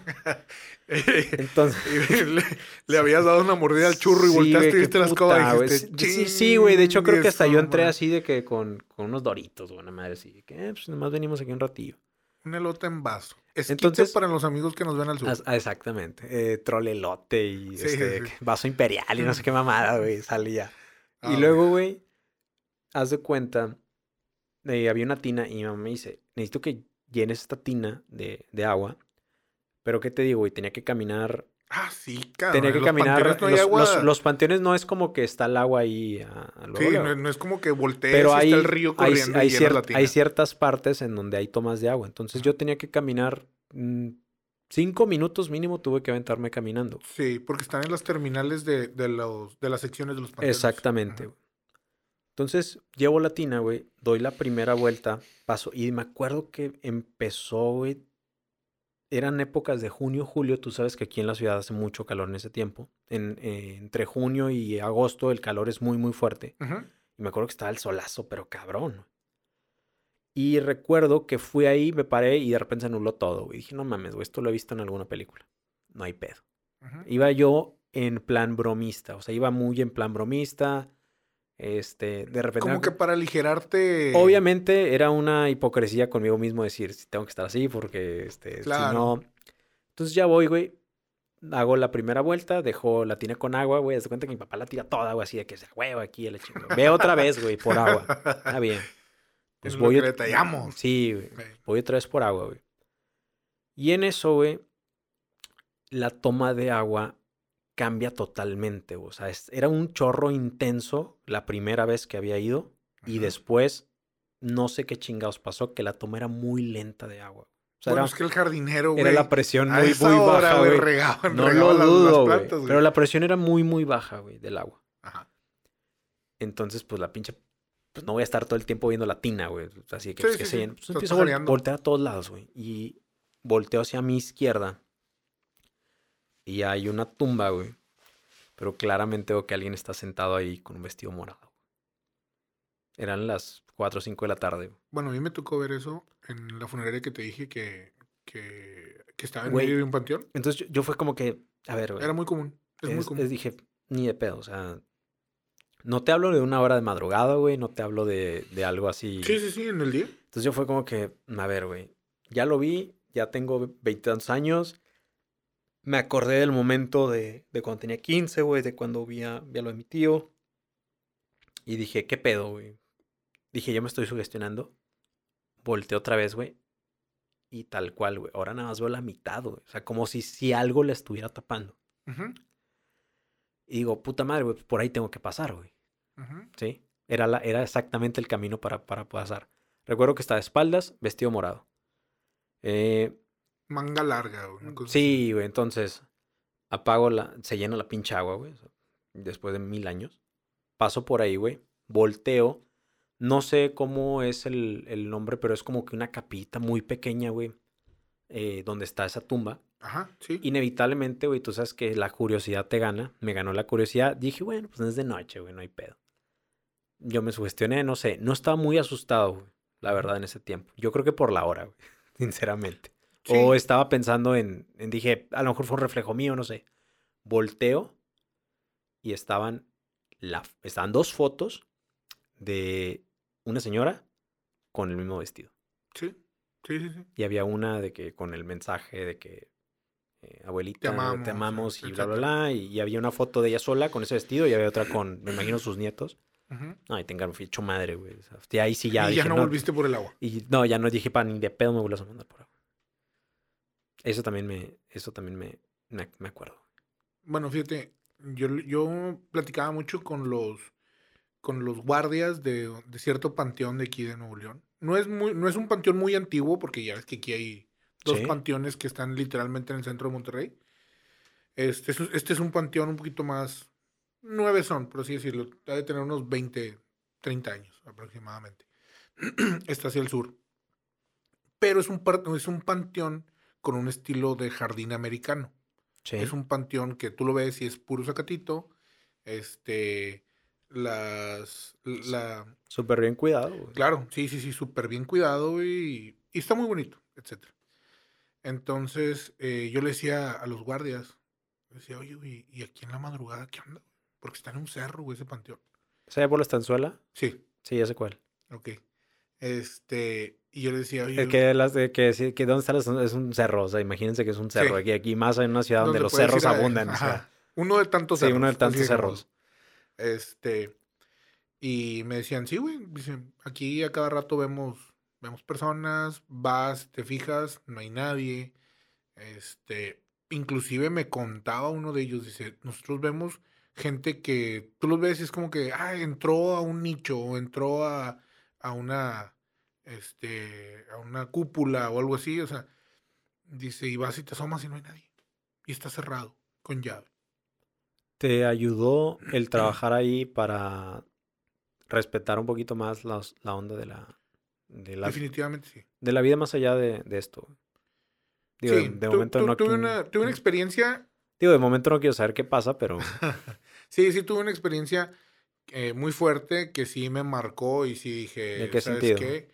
Entonces, Y le sí, habías dado una mordida al churro y sí, güey, volteaste y qué viste la escoba y puta, güey. dijiste, Sí, sí, güey, de hecho creo chingue que hasta yo su entré madre. así de que con unos doritos, güey, una madre así, de que, pues nomás venimos aquí un ratillo. Un elote en vaso. Esquite Entonces, para los amigos que nos ven al sur. exactamente, trolelote y Sí, sí, sí. vaso imperial y no sé qué mamada, güey, salía. Y Ah, güey. luego, güey, haz de cuenta, había una tina y mi mamá me dice, necesito que llenes esta tina de agua, pero ¿qué te digo, güey? Ah, sí, Tenía cabrón. que En los caminar, panteones no hay agua. los panteones no es como que está el agua ahí luego, Sí, no, luego. no es como que Pero voltees y está el río corriendo y llenas la hay tina. ciertas partes en donde hay tomas de agua. Entonces Ajá. yo tenía que caminar 5 minutos mínimo, tuve que aventarme caminando. Sí, porque están en las terminales de las secciones de los panteones. Exactamente, Ajá. güey. Entonces, llevo la tina, güey, doy la primera vuelta, paso, y me acuerdo que empezó, güey, eran épocas de junio, julio, tú sabes que aquí en la ciudad hace mucho calor en ese tiempo. Entre junio y agosto el calor es muy, muy fuerte. Ujú. Y me acuerdo que estaba el solazo, pero cabrón. Y recuerdo que fui ahí, me paré y de repente se anuló todo, güey. Dije, no mames, güey, esto lo he visto en alguna película. No hay pedo. Ujú. Iba yo en plan bromista, o sea, iba muy en plan bromista. De repente... Como que para aligerarte. Obviamente era una hipocresía conmigo mismo decir, si tengo que estar así porque, si Claro. no... Entonces ya voy, güey, hago la primera vuelta, dejo la tina con agua, güey, haz de cuenta que mi papá la tira toda, güey, así de que se huevo aquí, el chingo. Ve otra vez, güey, por agua. Está bien. Pues Es lo que voy... le tallamos. Sí, güey, Ok. voy otra vez por agua, güey. Y en eso, güey, la toma de agua cambia totalmente, güey. O sea, era un chorro intenso la primera vez que había ido y Ujú. después no sé qué chingados pasó, que la toma era muy lenta de agua. O sea, Bueno, es que el jardinero, era la güey, presión a muy, esa muy hora, baja, güey, güey. regaba No lo las dudo, güey. plantas, güey. Pero la presión era muy, muy baja, güey, del agua. Ajá. Entonces, pues la pinche, pues no voy a estar todo el tiempo viendo la tina, güey. Así que, Sí, pues que sí, se sí. llene. Pues Estás empiezo a pajareando. voltear a todos lados, güey. Y volteo hacia mi izquierda y hay una tumba, güey. Pero claramente veo que alguien está sentado ahí con un vestido morado. Eran las 4 o 5 de la tarde, güey. Bueno, a mí me tocó ver eso en la funeraria que te dije que estaba en medio Güey, de un panteón. entonces yo fue como que, a ver, Era güey. muy común. Es muy común. Dije, ni de pedo, o sea, no te hablo de una hora de madrugada, güey, no te hablo de algo así. Sí, sí, sí, en el día. Entonces yo fue como que, a ver, güey, ya lo vi, ya tengo 20 años, me acordé del momento de cuando tenía 15, güey, de cuando vi a lo de mi tío, y dije, ¿qué pedo, güey? Dije, yo me estoy sugestionando, volteé otra vez, güey, y tal cual, güey, ahora nada más veo la mitad, güey, o sea, como si algo la estuviera tapando. Ujú, Y digo, puta madre, güey, pues por ahí tengo que pasar, güey. ujú. ¿Sí? Era exactamente el camino para pasar. Recuerdo que estaba de espaldas, vestido morado. Eh, Manga larga, güey, una cosa así. sí, güey, entonces se llena la pinche agua, güey, o sea, después de 1000 años. Paso por ahí, güey, volteo. No sé cómo es el nombre, pero es como que una capita muy pequeña, güey, donde está esa tumba. Ajá, sí. Inevitablemente, güey, tú sabes que la curiosidad te gana. Me ganó la curiosidad. Dije, bueno, pues no es de noche, güey, no hay pedo. Yo me sugestioné, no sé. No estaba muy asustado, güey, la Ujú. verdad, en ese tiempo. Yo creo que por la hora, güey, sinceramente. O Sí. estaba pensando dije, a lo mejor fue un reflejo mío, no sé. Volteo y estaban dos fotos de una señora con el mismo vestido. Sí. Sí, sí, sí. Y había una de que con el mensaje de que Te abuelita, te amamos, amamos y bla, bla, etcétera. bla. Y había una foto de ella sola con ese vestido y había otra con, me imagino, sus nietos. Ujú. Ay, tengan hecho madre, güey. O sea, y ahí sí ya Y ya dije, no no. volviste por el agua. Y no, ya no dije, para ni de pedo me vuelvas a mandar por agua. Eso también me acuerdo. Bueno, fíjate, yo platicaba mucho con los guardias de cierto panteón de aquí de Nuevo León. No es un panteón muy antiguo, porque ya ves que aquí hay dos Sí, panteones que están literalmente en el centro de Monterrey. Este es un panteón un poquito más nueve son, por así decirlo. Ha de tener unos 20, 30 años aproximadamente. Está hacia el sur. Pero es un panteón con un estilo de jardín americano. Es sí. un panteón que tú lo ves y es puro zacatito. Este, la, Súper bien cuidado, güey. claro, sí, sí, sí, súper bien cuidado y está muy bonito, etcétera. Entonces, yo le decía a los guardias, decía, oye, güey, ¿y aquí en la madrugada qué onda? Porque está en un cerro, güey, ese panteón. ¿Sabe por la estanzuela? Sí, Sí, ya sé cuál. ok. Y yo le decía, Es oye, que, que ¿dónde está es un cerro? O sea, imagínense que es un cerro. sí, Aquí más en una ciudad donde donde los puedes cerros ir a, abundan. O sea, ajá, uno de tantos sí, uno de cerros, así tantos dejémoslo. cerros. Este, y me decían, sí, güey, dicen, aquí a cada rato vemos personas, vas, te fijas, no hay nadie. Inclusive me contaba uno de ellos, dice, nosotros vemos gente que tú los ves y es como que, entró a un nicho o entró a una, a una cúpula o algo así, o sea, dice, y vas y te asomas y no hay nadie. Y está cerrado, con llave. ¿Te ayudó el trabajar ahí para respetar un poquito más la onda de Definitivamente sí. de la vida más allá de esto. Digo, Sí, de momento no... tuve una experiencia. Digo, de momento no quiero saber qué pasa, pero... Sí, tuve una experiencia muy fuerte que sí me marcó y sí ¿De dije, qué ¿sabes sentido? qué?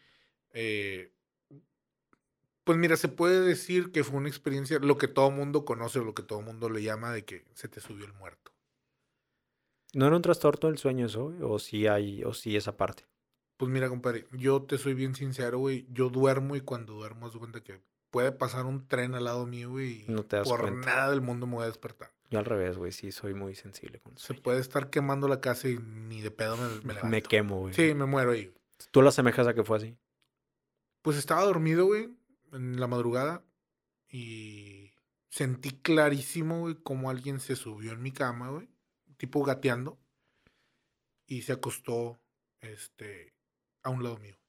Pues mira, se puede decir que fue una experiencia, lo que todo mundo conoce, o lo que todo mundo le llama de que se te subió el muerto. ¿No era un trastorno del sueño eso, güey? O sí esa parte? Pues mira, compadre, yo te soy bien sincero, güey. Yo duermo y cuando duermo, haz de cuenta que puede pasar un tren al lado mío, güey, y No te das por cuenta. nada del mundo me voy a despertar. Yo al revés, güey, sí soy muy sensible con el Se sueño. puede estar quemando la casa y ni de pedo me Me levanto. quemo, güey. Sí, me muero ahí. ¿Tú la asemejas a que fue así? Pues estaba dormido, güey, en la madrugada y sentí clarísimo, güey, como alguien se subió en mi cama, güey, tipo gateando, y se acostó, a un lado mío.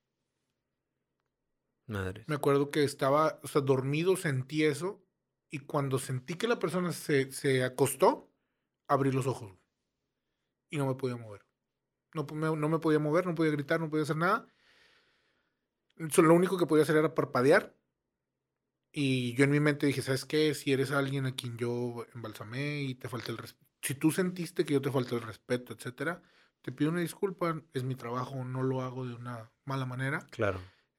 Madres. Me acuerdo que estaba, o sea, dormido, sentí eso, y cuando sentí que la persona se acostó, abrí los ojos, güey, y no me podía mover. No me podía mover, no podía gritar, no podía hacer nada. Lo único que podía hacer era parpadear. Y yo en mi mente dije, ¿sabes qué? Si eres alguien a quien yo embalsamé y te falta el respeto, si tú sentiste que yo te falta el respeto, etcétera, te pido una disculpa, es mi trabajo, no lo hago de una mala manera. Claro.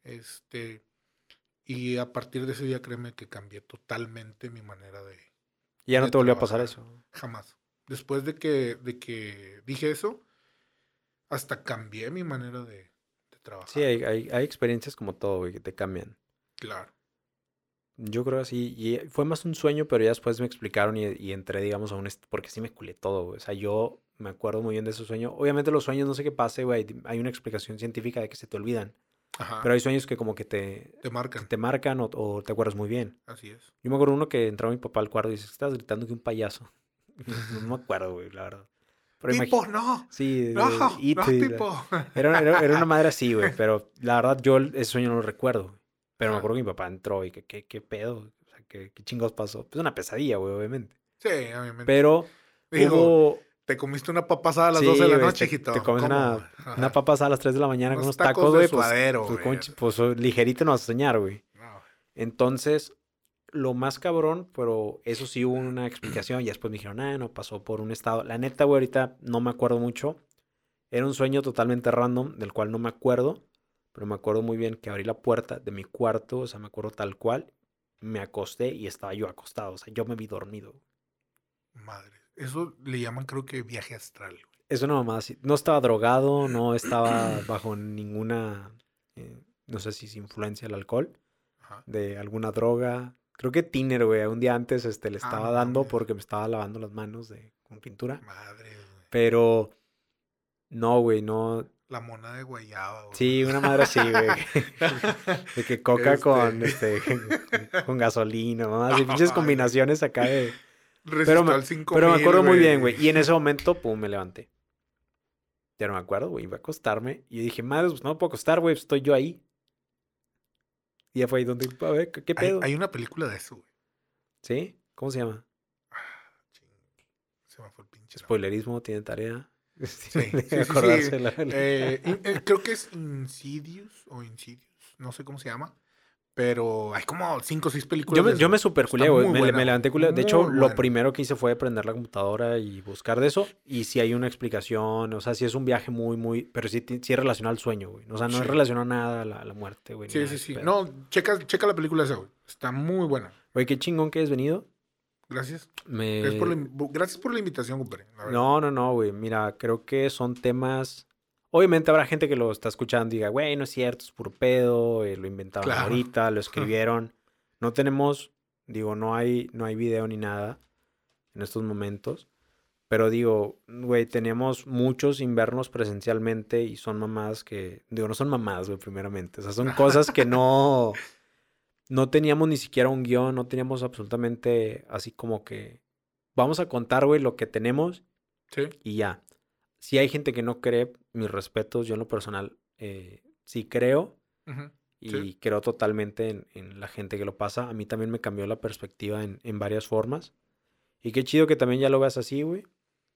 Y a partir de ese día, créeme que cambié totalmente mi manera Y ya no de te volvió a pasar trabajar. eso. Jamás. Después de que dije eso, hasta cambié mi manera de Sí, trabajar. hay experiencias como todo, güey, que te cambian. Claro. Yo creo así, y fue más un sueño, pero ya después me explicaron y entré, digamos, porque sí me culé todo, güey. O sea, yo me acuerdo muy bien de ese sueño. Obviamente los sueños, no sé qué pase, güey, hay una explicación científica de que se te olvidan. Ajá. Pero hay sueños que como que Te que marcan. te marcan o te acuerdas muy bien. Así es. Yo me acuerdo uno que entraba mi papá al cuarto y dice, estabas gritando que un payaso. No me acuerdo, güey, la verdad. Pero Pipo, no. sí, No, It, no, Pipo. era una madre así, güey. Pero la verdad, yo ese sueño no lo recuerdo, güey. Pero me Ajá. acuerdo que mi papá entró y que, ¿qué pedo? O sea, ¿qué chingados pasó? Pues una pesadilla, güey, obviamente. Sí, obviamente. Pero Digo, hubo... te comiste una papa asada a las 12 de Sí, la güey, noche, te hijito. comes ¿Cómo? una Ajá. papa asada a las 3 de la mañana con Unos unos tacos tacos, de güey, suadero, güey. pues ligerito no vas a soñar, güey. No. Entonces, lo más cabrón, pero eso sí hubo una explicación y después me dijeron, no, pasó por un estado. La neta, güey, ahorita no me acuerdo mucho. Era un sueño totalmente random, del cual no me acuerdo, pero me acuerdo muy bien que abrí la puerta de mi cuarto, o sea, me acuerdo tal cual, me acosté y estaba yo acostado, o sea, yo me vi dormido. Madre. Eso le llaman, creo que viaje astral, güey. Es una mamada así. No estaba drogado, no estaba bajo ninguna, no sé si es influencia del alcohol, Ajá. de alguna droga. Creo que tiner, güey, un día antes le estaba No dando mames. porque me estaba lavando las manos con pintura. Madre, güey. Pero no, güey, no. La mona de guayaba, güey. Sí, una madre así, güey. De que coca con, con gasolina, ¿no? Así pinches Ay, güey. combinaciones acá de... Resistol 5000, Pero me acuerdo muy bien, güey. güey. Y en ese momento, pum, me levanté. Ya no me acuerdo, güey. Iba a acostarme. Y yo dije, madre, pues no me puedo acostar, güey. Estoy yo ahí. Y ya fue ahí donde, a ver, ¿qué pedo? Hay una película de eso, güey. ¿Sí? ¿Cómo se llama? Ching, se me fue el pinche nombre. Spoilerismo, tiene tarea. Sí. Acordarse Creo que es Insidious o Insidious. No sé cómo se llama. Pero hay como 5 o 6 películas de eso. Yo me superculé, Está güey. muy buena, Me güey. levanté culé. De hecho, Muy lo buena. primero que hice fue prender la computadora y buscar de eso. Y si hay una explicación. O sea, si es un viaje muy... Pero sí es relacionado al sueño, güey. O sea, no es Sí. relacionado nada a la muerte, güey. Sí. No, checa la película esa, güey. Está muy buena. Güey, qué chingón que has venido. Gracias. Me... Gracias por la invitación, compadre. No, güey. Mira, creo que son temas... Obviamente habrá gente que lo está escuchando y diga, güey, no es cierto, es puro pedo, lo inventaron Claro. ahorita, lo escribieron. No tenemos, digo, no hay video ni nada en estos momentos. Pero digo, güey, tenemos muchos sin vernos presencialmente y son mamadas que... Digo, no son mamadas, güey, primeramente. O sea, son cosas que no teníamos ni siquiera un guión, no teníamos absolutamente así como que... Vamos a contar, güey, lo que tenemos Sí. y ya. Si hay gente que no cree, mis respetos, yo en lo personal sí creo Ujú. y Sí. creo totalmente en la gente que lo pasa. A mí también me cambió la perspectiva en varias formas. Y qué chido que también ya lo veas así, güey.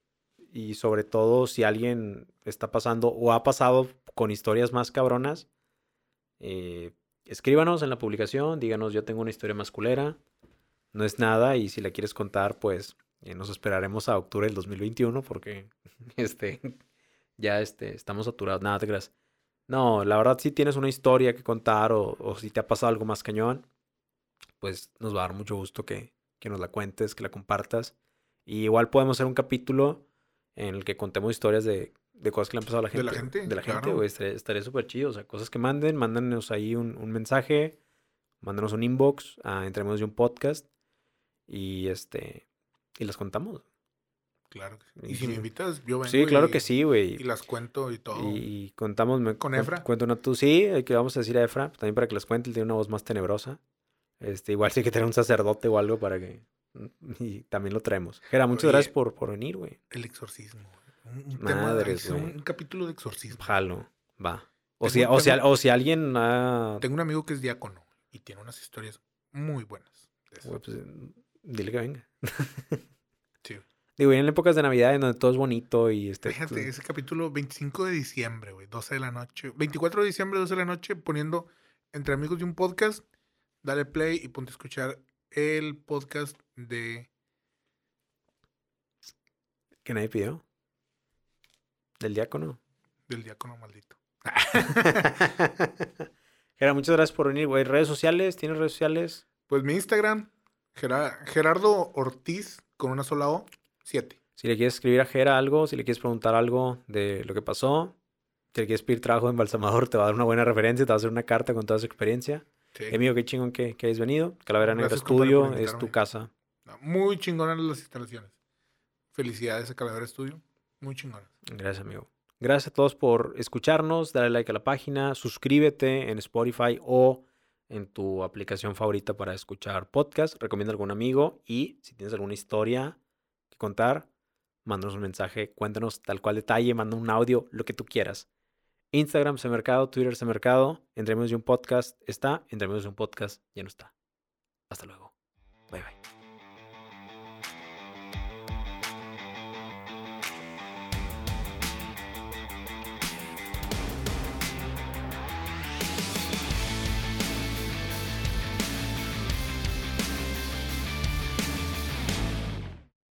y sobre todo si alguien está pasando o ha pasado con historias más cabronas, escríbanos en la publicación, díganos yo tengo una historia más culera, no es nada y si la quieres contar pues nos esperaremos a octubre del 2021 porque ya estamos saturados, nada te creas. No, la verdad si tienes una historia que contar o si te ha pasado algo más cañón, pues nos va a dar mucho gusto que nos la cuentes, que la compartas. Y igual podemos hacer un capítulo en el que contemos historias de cosas que le han pasado a la gente. De la gente, De la gente, claro. güey. Estaría súper chido. O sea, cosas que mándanos ahí un mensaje, mándanos un inbox, entremos de un podcast y y las contamos. Claro que sí. Y Y si me sí. invitas, yo vengo Sí, claro que y sí, güey. las cuento y todo. Y contamos, ¿Con Efra? cuento una tú. Sí, que vamos a decir a Efra, también para que las cuente, él tiene una voz más tenebrosa. Igual sí hay que tener un sacerdote o algo para que... Y también lo traemos. Gera, muchas Oye, gracias por venir, güey. el exorcismo. Un tema, hay que Madres, hacer güey. un capítulo de exorcismo. Jalo, va. O Tengo- si alguien Tengo un amigo que es diácono y tiene unas historias muy buenas de eso. güey, pues, dile que venga. Sí. Digo, y en épocas de Navidad en donde todo es bonito y Fíjate, ese capítulo 25 de diciembre, güey, 12 de la noche. 24 de diciembre, 12 de la noche, poniendo entre amigos de un podcast. Dale play y ponte a escuchar el podcast que nadie pidió. Del diácono. del diácono maldito. Gera, muchas gracias por venir, güey. ¿Redes sociales? ¿Tienes redes sociales? Pues mi Instagram, Gerardo Ortiz, con una sola O, 7. Si le quieres escribir a Gera algo, si le quieres preguntar algo de lo que pasó, si le quieres pedir trabajo de embalsamador, te va a dar una buena referencia, te va a hacer una carta con toda su experiencia. Sí. Amigo, qué chingón que hayas venido. Calavera Negra Gracias, compadre, por Studio es invitarme. tu casa. Muy chingonas las instalaciones. Felicidades a Calavera Studio. Muy chingonas. Gracias, amigo. Gracias a todos por escucharnos. Dale like a la página. Suscríbete en Spotify o en tu aplicación favorita para escuchar podcast. Recomienda a algún amigo. Y si tienes alguna historia que contar, mándanos un mensaje. Cuéntanos tal cual detalle. Manda un audio, lo que tú quieras. Instagram, Semercado. Twitter, Semercado. Entre Medios de un Podcast está. Entre Medios de un Podcast ya no está. Hasta luego.